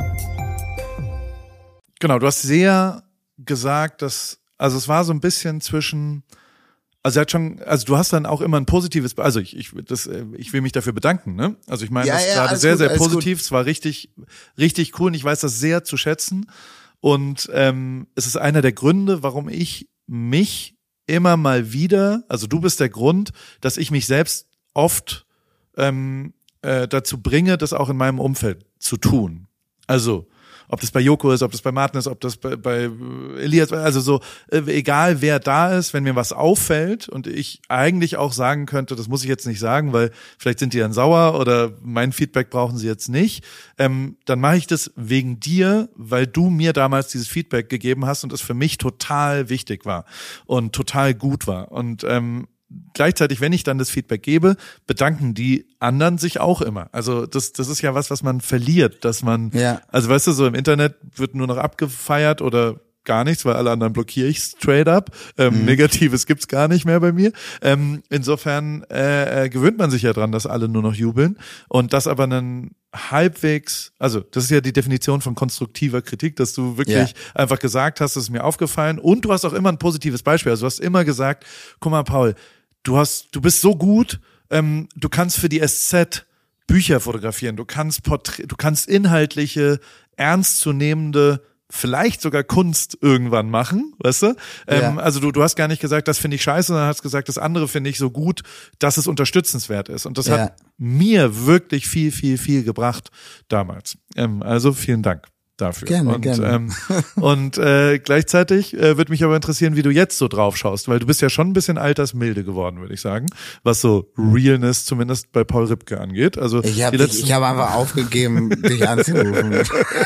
Genau, du hast sehr gesagt, dass, also es war so ein bisschen zwischen, also er hat schon, also du hast dann auch immer ein positives, also ich will mich dafür bedanken, ne? Also ich meine, das ist gerade sehr, sehr positiv, es war richtig, richtig cool und ich weiß das sehr zu schätzen. Und es ist einer der Gründe, warum ich mich immer mal wieder, also du bist der Grund, dass ich mich selbst oft dazu bringe, das auch in meinem Umfeld zu tun. Also ob das bei Joko ist, ob das bei Martin ist, ob das bei Elias, also so, egal wer da ist, wenn mir was auffällt und ich eigentlich auch sagen könnte, das muss ich jetzt nicht sagen, weil vielleicht sind die dann sauer oder mein Feedback brauchen sie jetzt nicht, dann mache ich das wegen dir, weil du mir damals dieses Feedback gegeben hast und es für mich total wichtig war und total gut war und gleichzeitig, wenn ich dann das Feedback gebe, bedanken die anderen sich auch immer. Also das ist ja was man verliert, dass man, also weißt du, so im Internet wird nur noch abgefeiert oder gar nichts, weil alle anderen blockiere ich straight up. Negatives gibt's gar nicht mehr bei mir. Insofern gewöhnt man sich ja dran, dass alle nur noch jubeln und das aber einen halbwegs, also das ist ja die Definition von konstruktiver Kritik, dass du wirklich einfach gesagt hast, das ist mir aufgefallen und du hast auch immer ein positives Beispiel. Also du hast immer gesagt, guck mal Paul, du bist so gut, du kannst für die SZ Bücher fotografieren, du kannst inhaltliche, ernstzunehmende, vielleicht sogar Kunst irgendwann machen, weißt du? Also du hast gar nicht gesagt, das finde ich scheiße, sondern hast gesagt, das andere finde ich so gut, dass es unterstützenswert ist. Und das hat mir wirklich viel, viel, viel gebracht damals. Also vielen Dank. dafür. Gerne. Und gleichzeitig würde mich aber interessieren, wie du jetzt so drauf schaust, weil du bist ja schon ein bisschen altersmilde geworden, würde ich sagen, was so Realness zumindest bei Paul Ripke angeht. Also Ich habe einfach aufgegeben, dich anzurufen.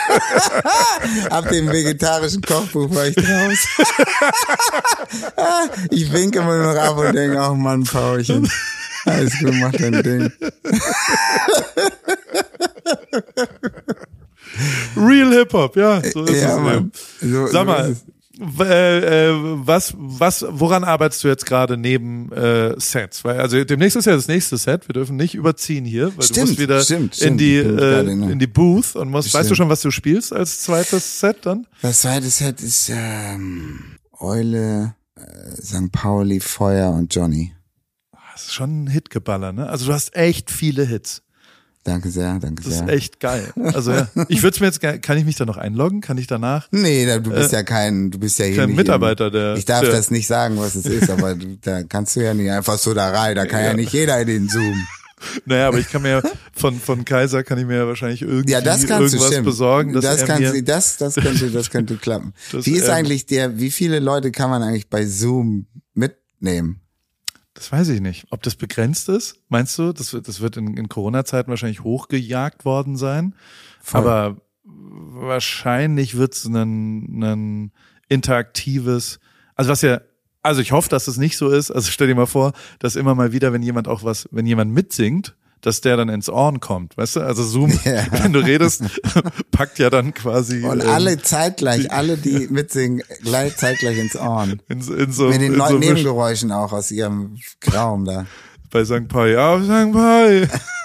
Ab dem vegetarischen Kochbuch war ich raus. Ich winke immer nur noch ab und denke, oh Mann, Paulchen. Alles gut, mach dein Ding. Real Hip-Hop, ja, so ist Ja, es. Mann. So, Sag mal, so woran arbeitest du jetzt gerade neben Sets? Weil also demnächst ist ja das nächste Set. Wir dürfen nicht überziehen hier, weil du musst wieder in die Booth und musst. Weißt du schon, was du spielst als zweites Set dann? Das zweite Set ist Eule, St. Pauli, Feuer und Johnny. Das ist schon ein Hitgeballer, ne? Also du hast echt viele Hits. Danke sehr. Das ist echt geil. Also ja, ich würde es mir jetzt, kann ich mich da noch einloggen? Kann ich danach? Nee, du bist ja hier kein Mitarbeiter, ich darf das nicht sagen, was es ist, aber da kannst du ja nicht einfach so da rein, da kann ja nicht jeder in den Zoom. Naja, aber ich kann mir von Kaiser kann ich mir ja wahrscheinlich irgendwie irgendwas besorgen. Das könnte klappen. Wie ist eigentlich wie viele Leute kann man eigentlich bei Zoom mitnehmen? Das weiß ich nicht. Ob das begrenzt ist? Meinst du, das wird in Corona-Zeiten wahrscheinlich hochgejagt worden sein? Voll. Aber wahrscheinlich wird es ein interaktives, also ich hoffe, dass es nicht so ist. Also stell dir mal vor, dass immer mal wieder, wenn jemand mitsingt, dass der dann ins Ohren kommt, weißt du? Also Zoom, wenn du redest, packt ja dann quasi und alle zeitgleich, die mitsingen, zeitgleich ins Ohren. In so mit den Nebengeräuschen auch aus ihrem Raum da. Bei St. Pauli, auf St. Pauli.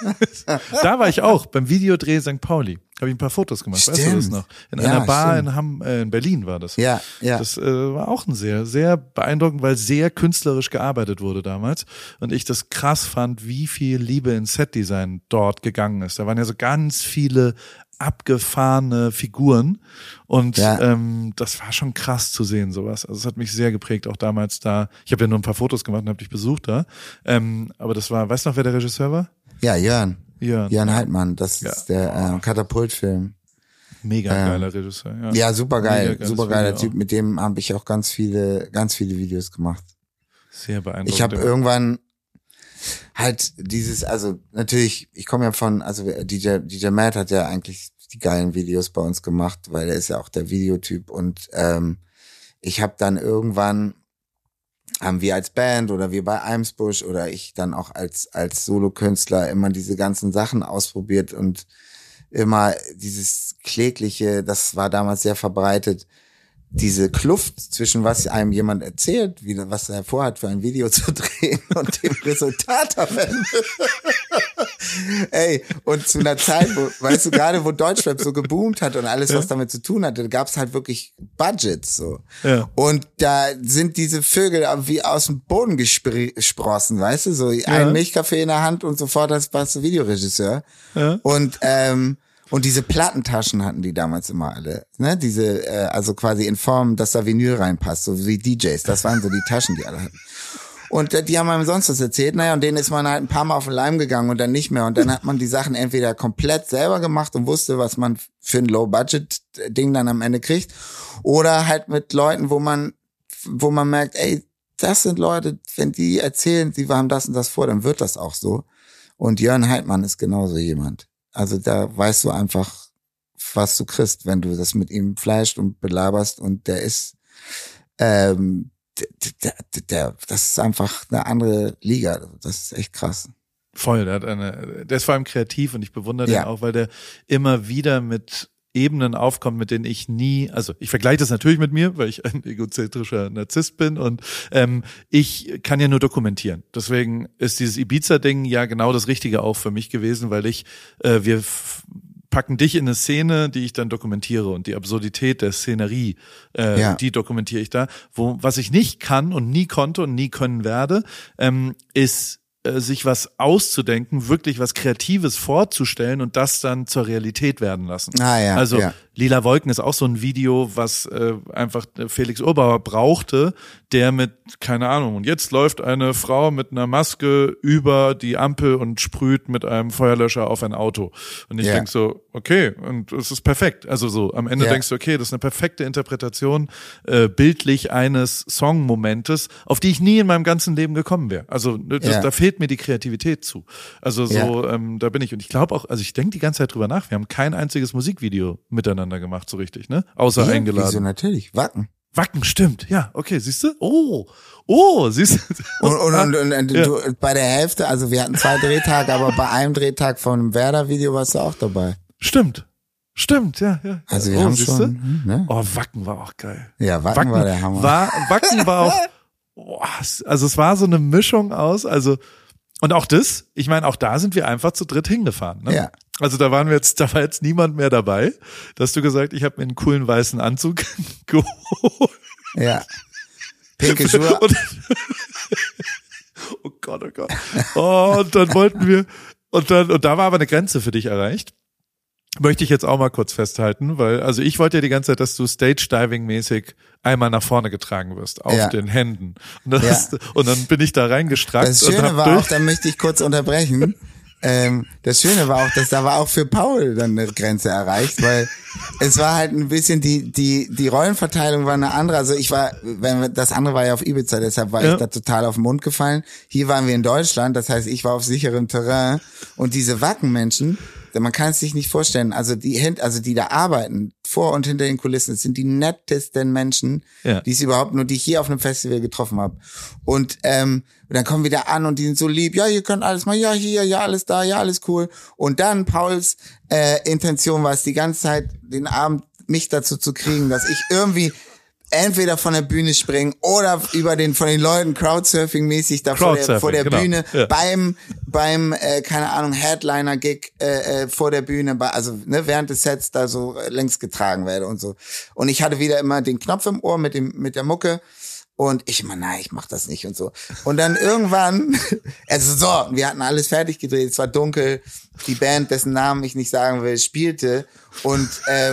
Da war ich auch, beim Videodreh St. Pauli. Habe ich ein paar Fotos gemacht, Stimmt. Weißt du das noch? In einer Bar in Berlin war das. Ja. Das war auch ein sehr, sehr beeindruckend, weil sehr künstlerisch gearbeitet wurde damals. Und ich das krass fand, wie viel Liebe in Setdesign dort gegangen ist. Da waren ja so ganz viele abgefahrene Figuren und das war schon krass zu sehen, sowas. Also es hat mich sehr geprägt, auch damals da. Ich habe ja nur ein paar Fotos gemacht und habe dich besucht da. Aber das war, weißt du noch, wer der Regisseur war? Ja, Jörn Heitmann, das Ja. ist der Katapultfilm. Mega geiler Regisseur. Ja, super geil, Mega super geiler geiles Typ. Video Mit dem habe ich auch ganz viele Videos gemacht. Sehr beeindruckend. Ich habe irgendwann halt also natürlich, ich komme ja also DJ Matt hat ja eigentlich die geilen Videos bei uns gemacht, weil er ist ja auch der Videotyp und ich habe dann irgendwann, haben wir als Band oder wir bei Eimsbusch oder ich dann auch als Solokünstler immer diese ganzen Sachen ausprobiert und immer dieses Klägliche, das war damals sehr verbreitet, diese Kluft zwischen was einem jemand erzählt, was er vorhat, für ein Video zu drehen und dem Resultat am Ende. Ey, und zu einer Zeit, weißt du, gerade wo Deutschrap so geboomt hat und alles, was damit zu tun hatte, gab es halt wirklich Budgets so. Ja. Und da sind diese Vögel wie aus dem Boden gesprossen, weißt du, so ein Milchkaffee in der Hand und sofort warst du Videoregisseur. Ja. Und diese Plattentaschen hatten die damals immer alle, ne? Diese, also quasi in Form, dass da Vinyl reinpasst, so wie DJs. Das waren so die Taschen, die alle hatten. Und die haben einem sonst was erzählt, naja, und denen ist man halt ein paar Mal auf den Leim gegangen und dann nicht mehr. Und dann hat man die Sachen entweder komplett selber gemacht und wusste, was man für ein Low-Budget-Ding dann am Ende kriegt. Oder halt mit Leuten, wo man merkt, ey, das sind Leute, wenn die erzählen, sie haben das und das vor, dann wird das auch so. Und Jörn Heitmann ist genauso jemand. Also da weißt du einfach, was du kriegst, wenn du das mit ihm fleischt und belaberst und der ist, das ist einfach eine andere Liga. Das ist echt krass. Voll, der ist vor allem kreativ und ich bewundere den auch, weil der immer wieder mit Ebenen aufkommt, mit denen ich nie, also ich vergleiche das natürlich mit mir, weil ich ein egozentrischer Narzisst bin und ich kann ja nur dokumentieren. Deswegen ist dieses Ibiza-Ding ja genau das Richtige auch für mich gewesen, weil wir packen dich in eine Szene, die ich dann dokumentiere und die Absurdität der Szenerie, die dokumentiere ich da. Was ich nicht kann und nie konnte und nie können werde, ist sich was auszudenken, wirklich was Kreatives vorzustellen und das dann zur Realität werden lassen. Also Lila Wolken ist auch so ein Video, was einfach Felix Urbauer brauchte, der mit, keine Ahnung, und jetzt läuft eine Frau mit einer Maske über die Ampel und sprüht mit einem Feuerlöscher auf ein Auto. Und ich denk so, okay, und es ist perfekt. Also so, am Ende denkst du, okay, das ist eine perfekte Interpretation bildlich eines Songmomentes, auf die ich nie in meinem ganzen Leben gekommen wäre. Also da fehlt mir die Kreativität zu. Also so, da bin ich. Und ich glaube auch, also ich denke die ganze Zeit drüber nach, wir haben kein einziges Musikvideo miteinander gemacht, so richtig, ne? Außer eingeladen. Wieso natürlich? Wacken, stimmt, ja, okay, siehst du? Siehst du? Und du, bei der Hälfte, also wir hatten 2 Drehtage, aber bei einem Drehtag von einem Werder-Video warst du auch dabei. Stimmt, ja. Also wir haben schon, ne? Wacken war auch geil. Ja, Wacken war der Hammer. Wacken war auch, also es war so eine Mischung aus, also, und auch das, ich meine, auch da sind wir einfach zu dritt hingefahren, ne? Ja. Also da war jetzt niemand mehr dabei. Da hast du gesagt, ich habe mir einen coolen weißen Anzug geholt. Ja. Pinke Schuhe. Oh Gott. Und dann wollten wir, und da war aber eine Grenze für dich erreicht. Möchte ich jetzt auch mal kurz festhalten, weil, also ich wollte ja die ganze Zeit, dass du Stage-Diving-mäßig einmal nach vorne getragen wirst, auf den Händen. Und dann bin ich da reingestreckt. Das Schöne war auch, da möchte ich kurz unterbrechen, das Schöne war auch, dass da war auch für Paul dann eine Grenze erreicht, weil es war halt ein bisschen die Rollenverteilung war eine andere. Also das andere war ja auf Ibiza, deshalb war ich da total auf den Mund gefallen. Hier waren wir in Deutschland, das heißt, ich war auf sicherem Terrain und diese Wackenmenschen, man kann es sich nicht vorstellen, also die da arbeiten, vor und hinter den Kulissen, das sind die nettesten Menschen, die ich hier auf einem Festival getroffen habe. Und dann kommen wir da an und die sind so lieb, ja, ihr könnt alles mal, ja, hier, ja, alles da, ja, alles cool. Und dann Pauls Intention war es, die ganze Zeit den Abend mich dazu zu kriegen, dass ich irgendwie entweder von der Bühne springen oder von den Leuten Crowdsurfing-mäßig da vor der Bühne beim keine Ahnung Headliner-Gig vor der Bühne, während des Sets da so längs getragen werde und so. Und ich hatte wieder immer den Knopf im Ohr mit der Mucke. Und ich immer, nein, ich mach das nicht und so. Und dann irgendwann, wir hatten alles fertig gedreht, es war dunkel, die Band, dessen Namen ich nicht sagen will, spielte und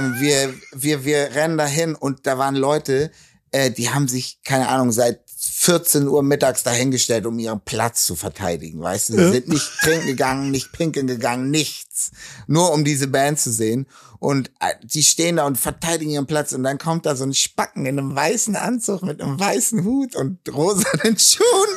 wir rennen dahin und da waren Leute, die haben sich, keine Ahnung, seit 14 Uhr mittags dahingestellt, um ihren Platz zu verteidigen, weißt du? Sie sind nicht trinken gegangen, nicht pinkeln gegangen, nichts. Nur um diese Band zu sehen. Und die stehen da und verteidigen ihren Platz und dann kommt da so ein Spacken in einem weißen Anzug mit einem weißen Hut und rosanen Schuhen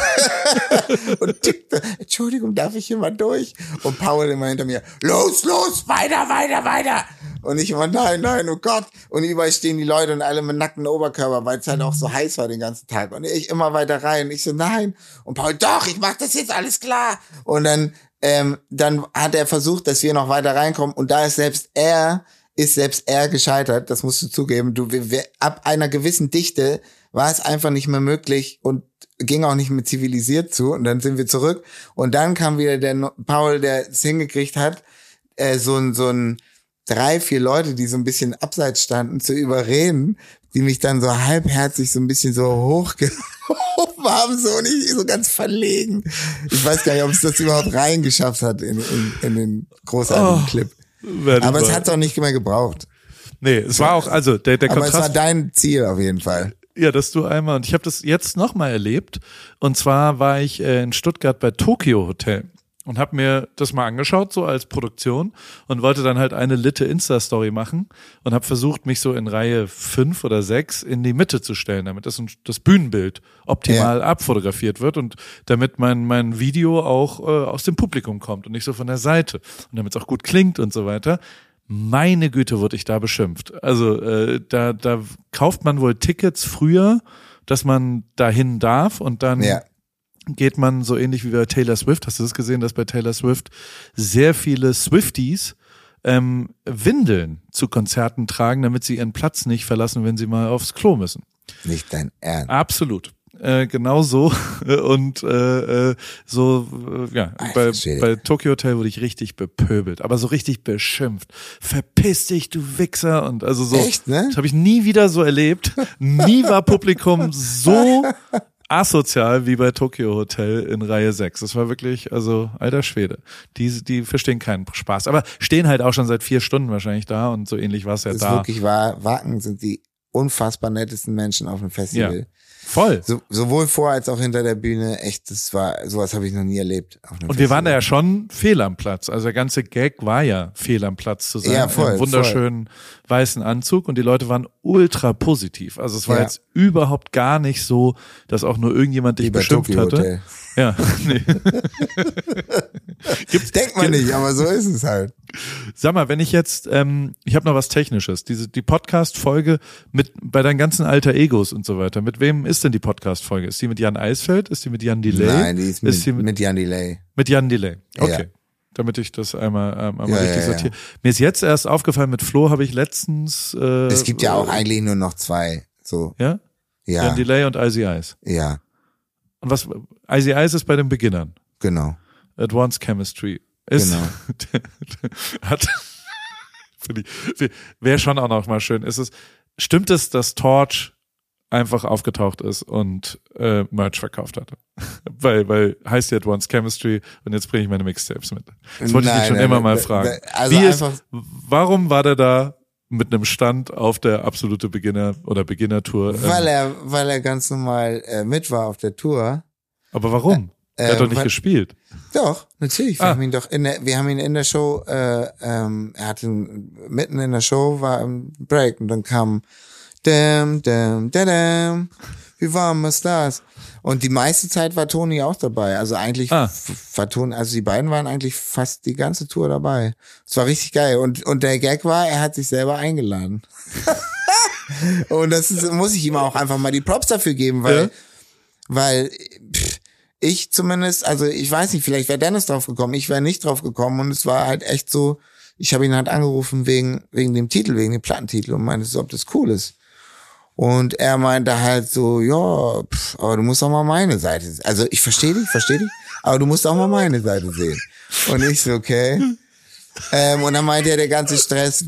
und tickt, Entschuldigung, darf ich hier mal durch? Und Paul immer hinter mir, los, weiter. Und ich immer, nein, oh Gott. Und überall stehen die Leute und alle mit nackten Oberkörper, weil es halt auch so heiß war den ganzen Tag. Und ich immer weiter rein. Ich so, nein. Und Paul, doch, ich mach das jetzt, alles klar. Und dann hat er versucht, dass wir noch weiter reinkommen und da ist selbst er gescheitert, das musst du zugeben. Ab einer gewissen Dichte war es einfach nicht mehr möglich und ging auch nicht mehr zivilisiert zu und dann sind wir zurück und dann kam wieder der Paul, der es hingekriegt hat, so ein 3-4 Leute, die so ein bisschen abseits standen, zu überreden, die mich dann so halbherzig so ein bisschen so hochgehoben haben, so und ich so ganz verlegen. Ich weiß gar nicht, ob es das überhaupt reingeschafft hat in den großartigen Clip. Aber es hat es auch nicht mehr gebraucht. Nee, es war auch, also der aber Kontrast. Aber es war dein Ziel auf jeden Fall. Ja, dass du einmal, und ich habe das jetzt nochmal erlebt, und zwar war ich in Stuttgart bei Tokyo Hotel. Und habe mir das mal angeschaut, so als Produktion und wollte dann halt eine litte Insta-Story machen und habe versucht, mich so in Reihe 5 oder 6 in die Mitte zu stellen, damit das Bühnenbild optimal abfotografiert wird und damit mein Video auch aus dem Publikum kommt und nicht so von der Seite und damit es auch gut klingt und so weiter. Meine Güte, wurde ich da beschimpft. Also da kauft man wohl Tickets früher, dass man dahin darf und dann geht man so ähnlich wie bei Taylor Swift. Hast du das gesehen, dass bei Taylor Swift sehr viele Swifties Windeln zu Konzerten tragen, damit sie ihren Platz nicht verlassen, wenn sie mal aufs Klo müssen? Nicht dein Ernst. Absolut. Genau so. Und bei Tokyo Hotel wurde ich richtig bepöbelt, aber so richtig beschimpft. Verpiss dich, du Wichser. Und also so. Echt, ne? Das habe ich nie wieder so erlebt. Nie war Publikum so asozial wie bei Tokyo Hotel in Reihe 6. Das war wirklich, also alter Schwede. Die verstehen keinen Spaß. Aber stehen halt auch schon seit 4 Stunden wahrscheinlich da und so ähnlich war es ja Das da. ist wirklich wahr. Wacken sind die unfassbar nettesten Menschen auf dem Festival. Ja. Voll. Sowohl vor als auch hinter der Bühne. Echt, sowas habe ich noch nie erlebt. Und wir waren da ja schon fehl am Platz. Also der ganze Gag war ja fehl am Platz zu sein. Ja, voll, Im wunderschönen weißen Anzug und die Leute waren ultra positiv. Also es war jetzt überhaupt gar nicht so, dass auch nur irgendjemand dich beschimpft hatte. Hotel. Ja, nee. Denkt man nicht, aber so ist es halt. Sag mal, wenn ich jetzt, ich habe noch was Technisches, die Podcast-Folge bei deinen ganzen Alter Egos und so weiter, mit wem ist denn die Podcast-Folge? Ist die mit Jan Eisfeld? Ist die mit Jan Delay? Nein, die ist mit Jan Delay. Mit Jan Delay, okay. Ja. Damit ich das einmal richtig sortiere. Mir ist jetzt erst aufgefallen, mit Flo habe ich letztens... es gibt ja auch eigentlich nur noch 2. So. Ja? Ja. Jan Delay und Icy Ice. Ja. Und was, Icy Ice ist bei den Beginnern. Genau. Advanced Chemistry. Ist, hat, wäre schon auch noch mal schön. Stimmt es, dass Torch einfach aufgetaucht ist und Merch verkauft hatte? weil heißt ja Advanced Chemistry und jetzt bringe ich meine Mixtapes mit. Das wollte ich dich schon immer mal fragen. Also warum war der da mit einem Stand auf der absolute Beginner- oder Beginner-Tour? Weil er ganz normal mit war auf der Tour. Aber warum? Er hat doch nicht gespielt. Doch, natürlich. Wir haben ihn in der Show, er hatte mitten in der Show war ein Break und dann kam Damn, wie warm ist das? Und die meiste Zeit war Toni auch dabei. Also eigentlich war Toni, also die beiden waren eigentlich fast die ganze Tour dabei. Es war richtig geil. Und der Gag war, er hat sich selber eingeladen. Und muss ich ihm auch einfach mal die Props dafür geben, weil ich zumindest, also ich weiß nicht, vielleicht wäre Dennis drauf gekommen, ich wäre nicht drauf gekommen und es war halt echt so, ich habe ihn halt angerufen wegen dem Titel, wegen dem Plattentitel und meinte so, ob das cool ist. Und er meinte halt so, ja, aber du musst auch mal meine Seite sehen. Also ich verstehe dich, aber du musst auch mal meine Seite sehen. Und ich so, okay. Und dann meinte er, der ganze Stress,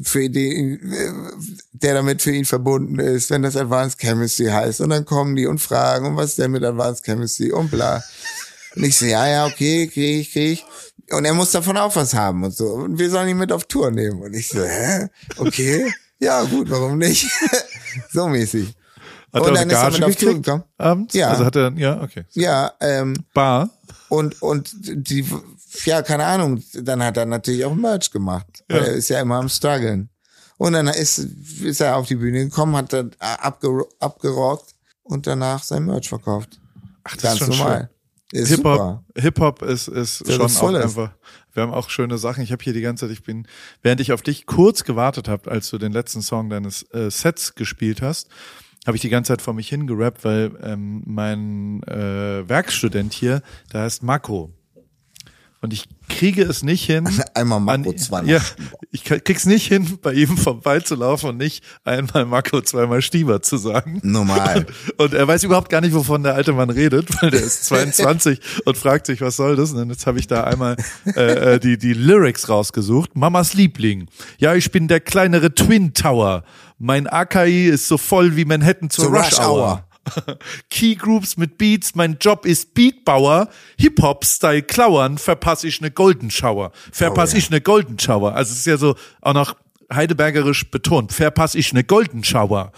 der damit für ihn verbunden ist, wenn das Advanced Chemistry heißt. Und dann kommen die und fragen, und was ist denn mit Advanced Chemistry und bla. Und ich so, ja, okay, krieg ich. Und er muss davon auch was haben und so. Und wir sollen ihn mit auf Tour nehmen. Und ich so, okay, ja gut, warum nicht? So mäßig. Hat und er dann ist er mit auf Tour gekommen. Abends? Ja. Also hat er, ja, okay. Ja, Bar? Und die, ja, keine Ahnung, dann hat er natürlich auch Merch gemacht. Ja. Er ist ja immer am struggeln. Und dann ist er auf die Bühne gekommen, hat dann abgerockt und danach sein Merch verkauft. Ach, das ganz ist schon normal. Ist Hip-Hop ist schon auch einfach, wir haben auch schöne Sachen. Ich habe hier die ganze Zeit, während ich auf dich kurz gewartet habe, als du den letzten Song deines Sets gespielt hast, habe ich die ganze Zeit vor mich hingerappt, weil mein Werkstudent hier, der heißt Marco. Und ich kriege es nicht hin. Einmal Marco, zweimal. Ja, ich krieg's nicht hin, bei ihm vorbeizulaufen und nicht einmal Marco, zweimal Stieber zu sagen. Normal. Und er weiß überhaupt gar nicht, wovon der alte Mann redet, weil der ist 22 und fragt sich, was soll das? Und jetzt habe ich da einmal die Lyrics rausgesucht. Mamas Liebling. Ja, ich bin der kleinere Twin Tower. Mein AKI ist so voll wie Manhattan zur Rush Hour. Key Groups mit Beats, mein Job ist Beatbauer, Hip-Hop-Style klauern, verpasse ich ne Golden Shower. Also es ist ja so auch noch heidelbergerisch betont, verpasse ich ne Golden Shower.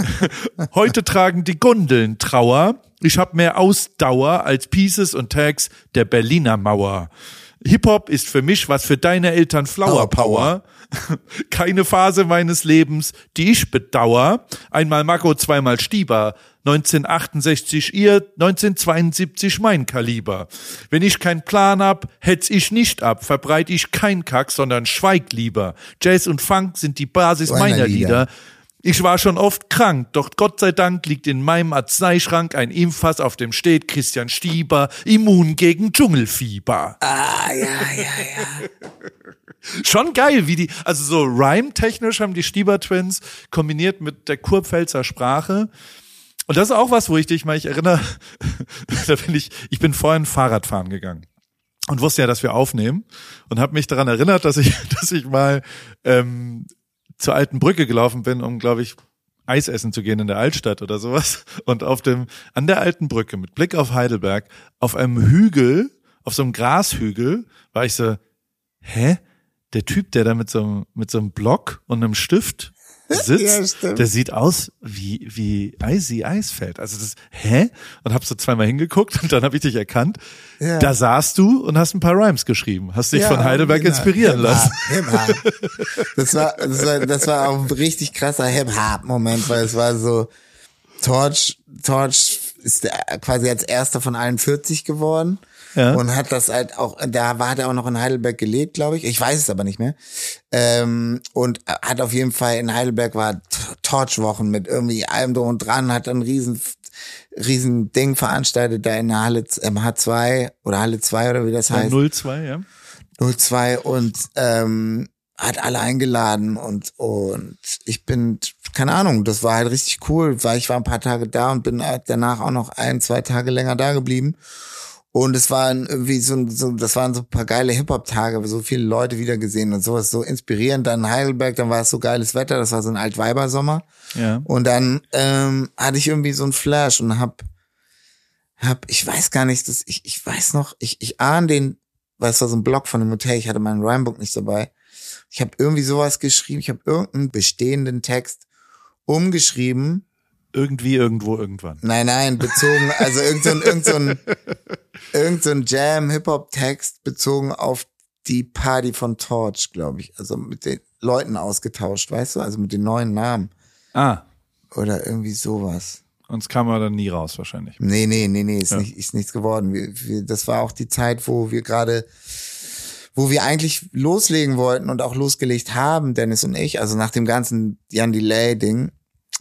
Heute tragen die Gondeln Trauer, ich hab mehr Ausdauer als Pieces und Tags der Berliner Mauer. Hip-Hop ist für mich was für deine Eltern Flower Power. Keine Phase meines Lebens, die ich bedauer. Einmal Marco, zweimal Stieber. 1968 ihr, 1972 mein Kaliber. Wenn ich keinen Plan hab, hetz ich nicht ab, verbreite ich kein Kack, sondern schweig lieber. Jazz und Funk sind die Basis meiner Lieder. Ich war schon oft krank, doch Gott sei Dank liegt in meinem Arzneischrank ein Impfpass, auf dem steht Christian Stieber, immun gegen Dschungelfieber. Ja. Schon geil, also so rhyme-technisch haben die Stieber-Twins kombiniert mit der Kurpfälzer Sprache. Und das ist auch was, wo ich erinnere, ich bin vorhin Fahrradfahren gegangen und wusste ja, dass wir aufnehmen und habe mich daran erinnert, dass ich mal zur Alten Brücke gelaufen bin, um, glaube ich, Eis essen zu gehen in der Altstadt oder sowas. Und an der alten Brücke mit Blick auf Heidelberg, auf einem Hügel, auf so einem Grashügel, war ich so, hä? Der Typ, der da mit so einem Block und einem Stift sitzt, Ja, der sieht aus wie Icy Eisfeld. Also hä? Und hab so zweimal hingeguckt und dann habe ich dich erkannt. Ja. Da saßt du und hast ein paar Rhymes geschrieben. Hast dich Ja, von Heidelberg genau. inspirieren lassen. Hip-Hop. Das war auch ein richtig krasser Hip-Hop-Moment, weil es war so, Torch ist quasi als erster von allen 40 geworden. Ja. Und hat das halt auch, hat er auch noch in Heidelberg gelebt, glaube ich. Ich weiß es aber nicht mehr. Und hat auf jeden Fall in Heidelberg war Torch-Wochen mit irgendwie allem drum und dran, hat ein riesen Ding veranstaltet da in der Halle H2 oder Halle 2 oder wie das heißt. 02, ja. 02 und hat alle eingeladen und ich bin, keine Ahnung, das war halt richtig cool, weil ich war ein paar Tage da und bin danach auch noch 1-2 Tage länger da geblieben. Und es waren irgendwie das waren so ein paar geile Hip-Hop-Tage, so viele Leute wieder gesehen und sowas, so inspirierend. Dann in Heidelberg, dann war es so geiles Wetter, das war so ein Altweibersommer. Ja. Und dann hatte ich irgendwie so einen Flash und ich weiß gar nicht, ich weiß noch, ich ahne den, weil es war so ein Blog von dem Hotel, ich hatte mein Rhymebook nicht dabei. Ich habe irgendwie sowas geschrieben, ich habe irgendeinen bestehenden Text umgeschrieben. Irgendwie, irgendwo, irgendwann. Nein, bezogen, also irgend so ein Jam-Hip-Hop-Text bezogen auf die Party von Torch, glaube ich. Also mit den Leuten ausgetauscht, weißt du? Also mit den neuen Namen. Ah. Oder irgendwie sowas. Und es kam aber dann nie raus wahrscheinlich. Nee, ist nichts geworden. Das war auch die Zeit, wo wir eigentlich loslegen wollten und auch losgelegt haben, Dennis und ich, also nach dem ganzen Jan Delay-Ding.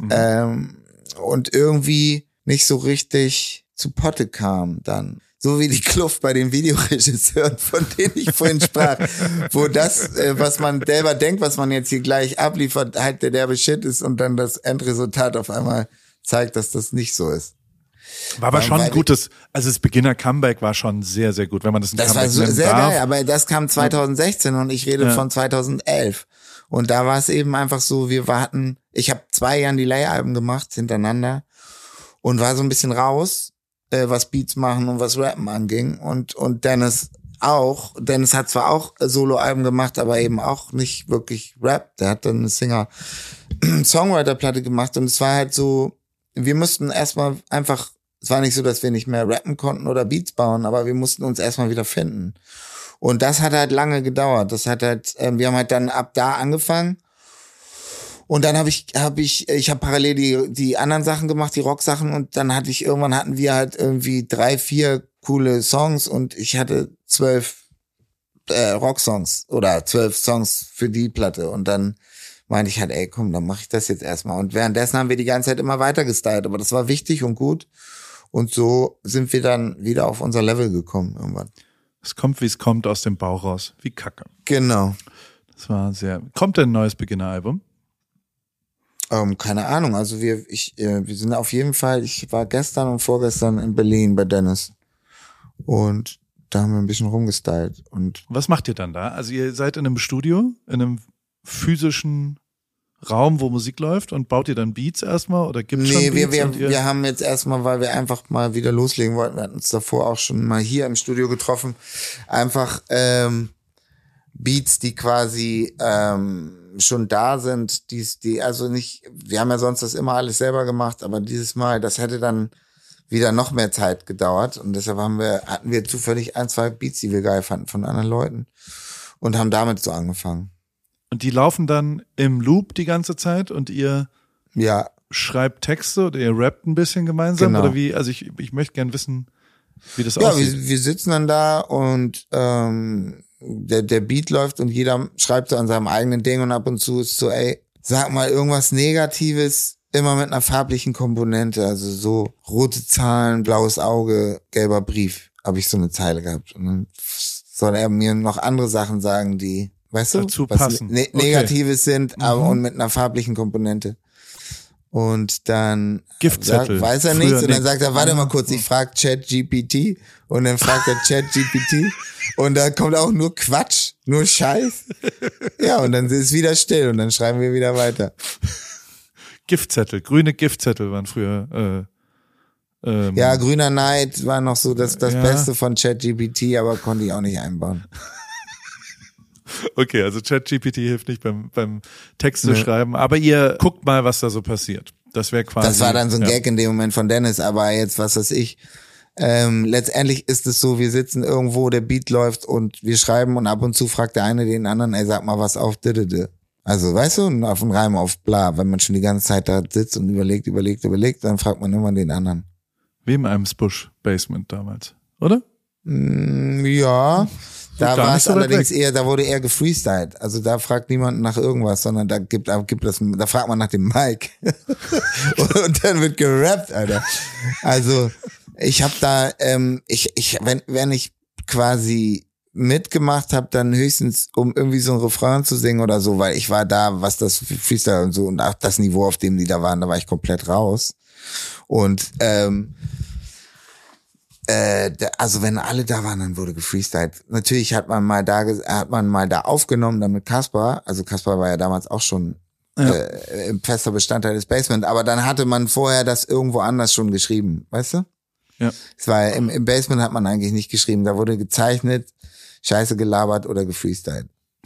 Und irgendwie nicht so richtig zu Potte kam dann. So wie die Kluft bei den Videoregisseuren, von denen ich vorhin sprach, wo das, was man selber denkt, was man jetzt hier gleich abliefert, halt der derbe Shit ist und dann das Endresultat auf einmal zeigt, dass das nicht so ist. War aber schon ein gutes, also das Beginner-Comeback war schon sehr, sehr gut, wenn man das ein Das Comeback war so nennen sehr darf. geil, aber das kam 2016 und ich rede von 2011. Und da war es eben einfach so, ich habe 2 Jan Delay-Alben gemacht hintereinander und war so ein bisschen raus, was Beats machen und was Rappen anging. Und Dennis auch. Dennis hat zwar auch Solo-Alben gemacht, aber eben auch nicht wirklich Rap. Der hat dann eine Singer-Songwriter-Platte gemacht und es war halt so, wir mussten erstmal einfach, es war nicht so, dass wir nicht mehr rappen konnten oder Beats bauen, aber wir mussten uns erstmal wieder finden. Und das hat halt lange gedauert. Wir haben halt dann ab da angefangen. Und dann ich habe parallel die anderen Sachen gemacht, die Rock-Sachen. Und dann irgendwann hatten wir halt irgendwie 3-4 coole Songs und ich hatte 12 Rock-Songs oder 12 Songs für die Platte. Und dann meinte ich halt, ey, komm, dann mache ich das jetzt erstmal. Und währenddessen haben wir die ganze Zeit immer weiter gestylt. Aber das war wichtig und gut. Und so sind wir dann wieder auf unser Level gekommen irgendwann. Es kommt, wie es kommt, aus dem Bauch raus. Wie Kacke. Genau. Das war kommt denn ein neues Beginner-Album? Keine Ahnung. Also wir sind auf jeden Fall, ich war gestern und vorgestern in Berlin bei Dennis. Und da haben wir ein bisschen rumgestylt. Und was macht ihr dann da? Also ihr seid in einem Studio, in einem physischen Raum, wo Musik läuft und baut ihr dann Beats erstmal oder gibt's schon Beats? Wir haben jetzt erstmal, weil wir einfach mal wieder loslegen wollten, wir hatten uns davor auch schon mal hier im Studio getroffen, einfach Beats, die quasi schon da sind, also nicht, wir haben ja sonst das immer alles selber gemacht, aber dieses Mal, das hätte dann wieder noch mehr Zeit gedauert und deshalb hatten wir zufällig 1-2 Beats, die wir geil fanden von anderen Leuten und haben damit so angefangen. Und die laufen dann im Loop die ganze Zeit und ihr schreibt Texte oder ihr rappt ein bisschen gemeinsam? Genau. Oder wie? Also ich möchte gern wissen, wie das aussieht. Ja, wir sitzen dann da und der Beat läuft und jeder schreibt so an seinem eigenen Ding und ab und zu ist so, ey, sag mal irgendwas Negatives, immer mit einer farblichen Komponente, also so rote Zahlen, blaues Auge, gelber Brief, habe ich so eine Zeile gehabt. Und dann soll er mir noch andere Sachen sagen, die, weißt du, dazu was passen. Negatives sind, aber und mit einer farblichen Komponente. Und dann weiß er nichts und dann sagt er, warte mal kurz, ich frage ChatGPT und dann fragt er ChatGPT und da kommt auch nur Quatsch, nur Scheiß. Ja, und dann ist es wieder still und dann schreiben wir wieder weiter. Giftzettel, grüne Giftzettel waren früher. Ja, grüner Neid war noch so das Ja. Beste von ChatGPT, aber konnte ich auch nicht einbauen. Okay, also ChatGPT hilft nicht beim Texte schreiben, aber ihr guckt mal, was da so passiert. Das wäre quasi. Das war dann so ein ja. Gag in dem Moment von Dennis, aber jetzt, was weiß ich, letztendlich ist es so, wir sitzen irgendwo, der Beat läuft und wir schreiben und ab und zu fragt der eine den anderen, ey, sag mal was auf didede. Also, weißt du, auf einen Reim auf bla, wenn man schon die ganze Zeit da sitzt und überlegt, dann fragt man immer den anderen. Wie im Eimsbusch Basement damals, oder? Ja, da gar war nicht es so weit allerdings weg. eher, da wurde eher gefreestylt. Also da fragt niemand nach irgendwas, sondern da fragt man nach dem Mic. Und dann wird gerappt, Alter. Also ich habe da, wenn ich quasi mitgemacht habe, dann höchstens, um irgendwie so ein Refrain zu singen oder so, weil ich war da, was das Freestyle und so und auch das Niveau, auf dem die da waren, da war ich komplett raus. Und also wenn alle da waren, dann wurde gefreestylt. Natürlich hat man mal da aufgenommen, dann mit Kaspar. Also Kaspar war ja damals auch schon fester Bestandteil des Basement, aber dann hatte man vorher das irgendwo anders schon geschrieben, weißt du? Ja. Es war im Basement hat man eigentlich nicht geschrieben, da wurde gezeichnet, Scheiße gelabert oder gefreestylt.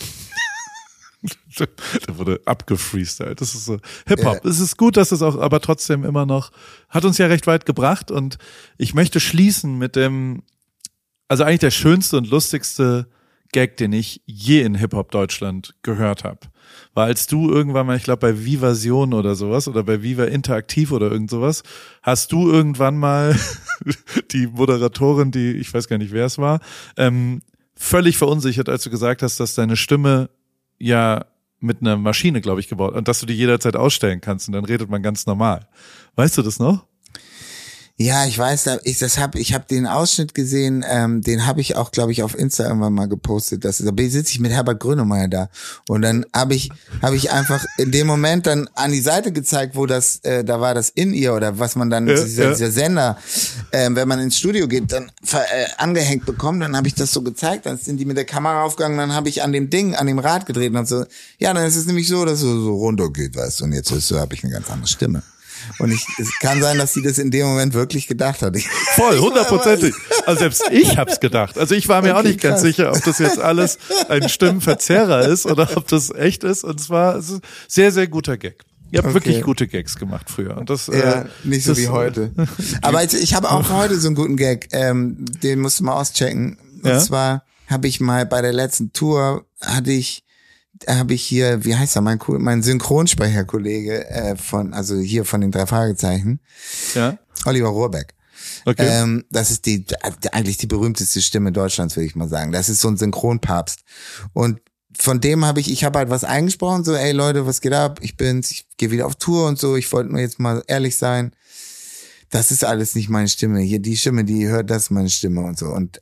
Da wurde abgefreestylt. Das ist so Hip-Hop. Es ist gut, dass es auch, aber trotzdem immer noch, hat uns ja recht weit gebracht und ich möchte schließen mit dem, also eigentlich der schönste und lustigste Gag, den ich je in Hip-Hop Deutschland gehört habe. War als du irgendwann mal, ich glaube bei Vivasion oder sowas oder bei Viva Interaktiv oder irgend sowas, hast du irgendwann mal die Moderatorin, die, ich weiß gar nicht wer es war, völlig verunsichert, als du gesagt hast, dass deine Stimme ja mit einer Maschine, glaube ich, gebaut und dass du die jederzeit ausstellen kannst und dann redet man ganz normal. Weißt du das noch? Ja, ich weiß, ich habe den Ausschnitt gesehen, den habe ich auch, glaube ich, auf Insta irgendwann mal gepostet. Da sitze ich mit Herbert Grönemeyer da und dann habe ich einfach in dem Moment dann an die Seite gezeigt, wo das, da war das In-Ear oder was man dann, dieser Sender, wenn man ins Studio geht, dann angehängt bekommt, dann habe ich das so gezeigt, dann sind die mit der Kamera aufgegangen, dann habe ich an dem Rad gedreht und so, ja, dann ist es nämlich so, dass es so runtergeht, weißt du, und jetzt habe ich eine ganz andere Stimme. Und es kann sein, dass sie das in dem Moment wirklich gedacht hat. Voll, 100%. Also selbst ich hab's gedacht. Also ich war mir auch nicht ganz sicher, ob das jetzt alles ein Stimmenverzerrer ist oder ob das echt ist. Und es war ein sehr, sehr guter Gag. Ihr habt wirklich gute Gags gemacht früher. Und das, nicht so wie heute. Aber ich habe auch heute so einen guten Gag. Den musst du mal auschecken. Und zwar habe ich mal bei der letzten Tour habe ich hier, wie heißt er, mein Synchronsprecherkollege von den 3 Fragezeichen, Oliver Rohrbeck. Okay. Das ist eigentlich die berühmteste Stimme Deutschlands, würde ich mal sagen. Das ist so ein Synchronpapst. Und von dem habe ich halt was eingesprochen, so, ey Leute, was geht ab? Ich gehe wieder auf Tour und so, ich wollte nur jetzt mal ehrlich sein. Das ist alles nicht meine Stimme. Hier, die Stimme, die hört, das ist meine Stimme und so. Und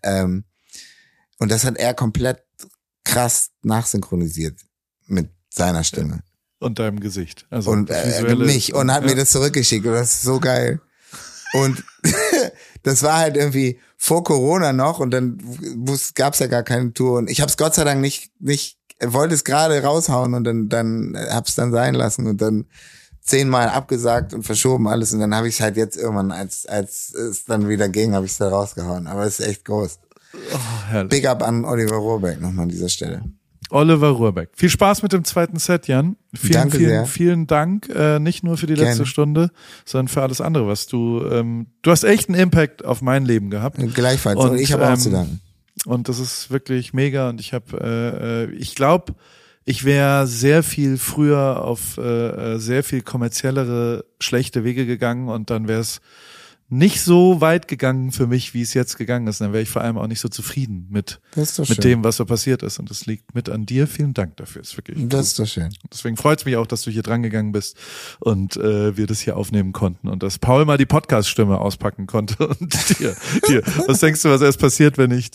das hat er komplett krass nachsynchronisiert mit seiner Stimme. Und deinem Gesicht. Also und mich und hat mir das zurückgeschickt und das ist so geil. Und das war halt irgendwie vor Corona noch und dann gab's ja gar keine Tour und ich hab's Gott sei Dank nicht wollte es gerade raushauen und dann hab's dann sein lassen und dann 10-mal abgesagt und verschoben alles und dann habe ich es halt jetzt irgendwann, als es dann wieder ging, habe ich es da rausgehauen. Aber es ist echt groß. Herrlich. Big up an Oliver Rohrbeck nochmal an dieser Stelle. Oliver Rohrbeck. Viel Spaß mit dem zweiten Set, Jan. Danke sehr. Vielen Dank, nicht nur für die letzte Gerne. Stunde, sondern für alles andere, was du hast echt einen Impact auf mein Leben gehabt. Gleichfalls. Und ich habe auch zu danken. Und das ist wirklich mega und ich glaube, ich wäre sehr viel früher auf sehr viel kommerziellere, schlechte Wege gegangen und dann wäre es nicht so weit gegangen für mich, wie es jetzt gegangen ist. Dann wäre ich vor allem auch nicht so zufrieden mit dem, was so passiert ist. Und das liegt mit an dir. Vielen Dank dafür. Ist wirklich das ist doch schön. Deswegen freut es mich auch, dass du hier dran gegangen bist und wir das hier aufnehmen konnten und dass Paul mal die Podcast-Stimme auspacken konnte. Und dir. Was denkst du, was erst passiert, wenn ich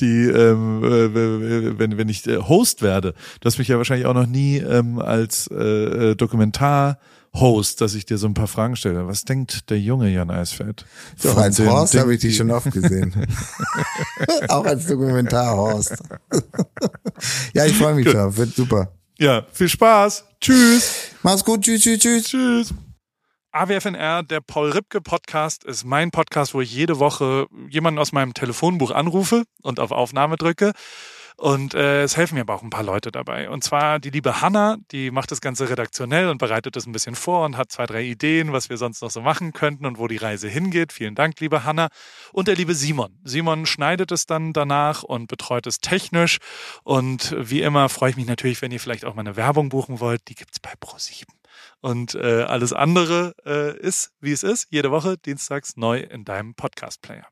wenn ich Host werde? Du hast mich ja wahrscheinlich auch noch nie als Dokumentar-Host, dass ich dir so ein paar Fragen stelle. Was denkt der junge Jan Eisfeld? Doch, als Horst habe ich dich schon oft gesehen. Auch als Dokumentar-Horst. Ja, ich freue mich drauf. Wird super. Ja, viel Spaß. Tschüss. Mach's gut. Tschüss. Tschüss. AWFNR, der Paul Ripke Podcast, ist mein Podcast, wo ich jede Woche jemanden aus meinem Telefonbuch anrufe und auf Aufnahme drücke. Und es helfen mir aber auch ein paar Leute dabei. Und zwar die liebe Hanna, die macht das Ganze redaktionell und bereitet das ein bisschen vor und hat 2, 3 Ideen, was wir sonst noch so machen könnten und wo die Reise hingeht. Vielen Dank, liebe Hanna. Und der liebe Simon. Simon schneidet es dann danach und betreut es technisch. Und wie immer freue ich mich natürlich, wenn ihr vielleicht auch mal eine Werbung buchen wollt. Die gibt's bei ProSieben. Und alles andere ist, wie es ist, jede Woche dienstags neu in deinem Podcast-Player.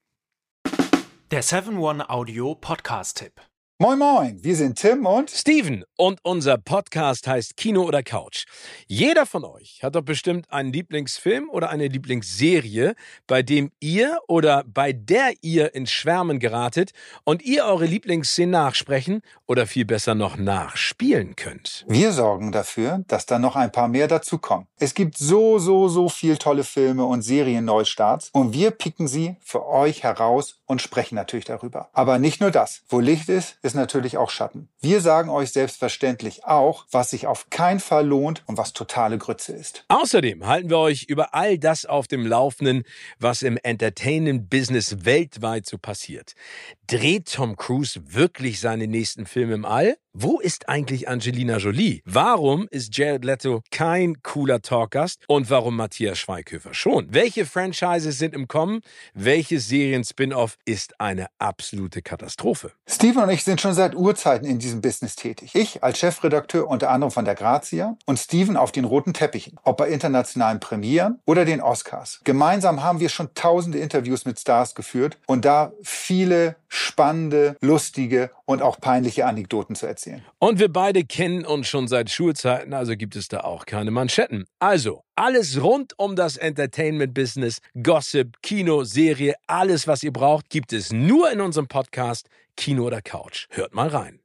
Der 7-One Audio Podcast-Tipp. Moin Moin, wir sind Tim und Steven und unser Podcast heißt Kino oder Couch. Jeder von euch hat doch bestimmt einen Lieblingsfilm oder eine Lieblingsserie, bei dem ihr oder bei der ihr ins Schwärmen geratet und ihr eure Lieblingsszenen nachsprechen oder viel besser noch nachspielen könnt. wir sorgen dafür, dass da noch ein paar mehr dazukommen. Es gibt so viel tolle Filme und Serien-Neustarts und wir picken sie für euch heraus und sprechen natürlich darüber. Aber nicht nur das. Wo Licht ist natürlich auch Schatten. Wir sagen euch selbstverständlich auch, was sich auf keinen Fall lohnt und was totale Grütze ist. Außerdem halten wir euch über all das auf dem Laufenden, was im Entertainment-Business weltweit so passiert. Dreht Tom Cruise wirklich seine nächsten Filme im All? Wo ist eigentlich Angelina Jolie? Warum ist Jared Leto kein cooler Talkgast? Und warum Matthias Schweighöfer schon? Welche Franchises sind im Kommen? Welches Serien-Spin-Off ist eine absolute Katastrophe? Steven und ich sind schon seit Urzeiten in diesem Business tätig. Ich als Chefredakteur unter anderem von der Grazia und Steven auf den roten Teppichen, ob bei internationalen Premieren oder den Oscars. Gemeinsam haben wir schon tausende Interviews mit Stars geführt und da viele spannende, lustige und auch peinliche Anekdoten zu erzählen. Und wir beide kennen uns schon seit Schulzeiten, also gibt es da auch keine Manschetten. Also, alles rund um das Entertainment-Business, Gossip, Kino, Serie, alles, was ihr braucht, gibt es nur in unserem Podcast Kino oder Couch. Hört mal rein.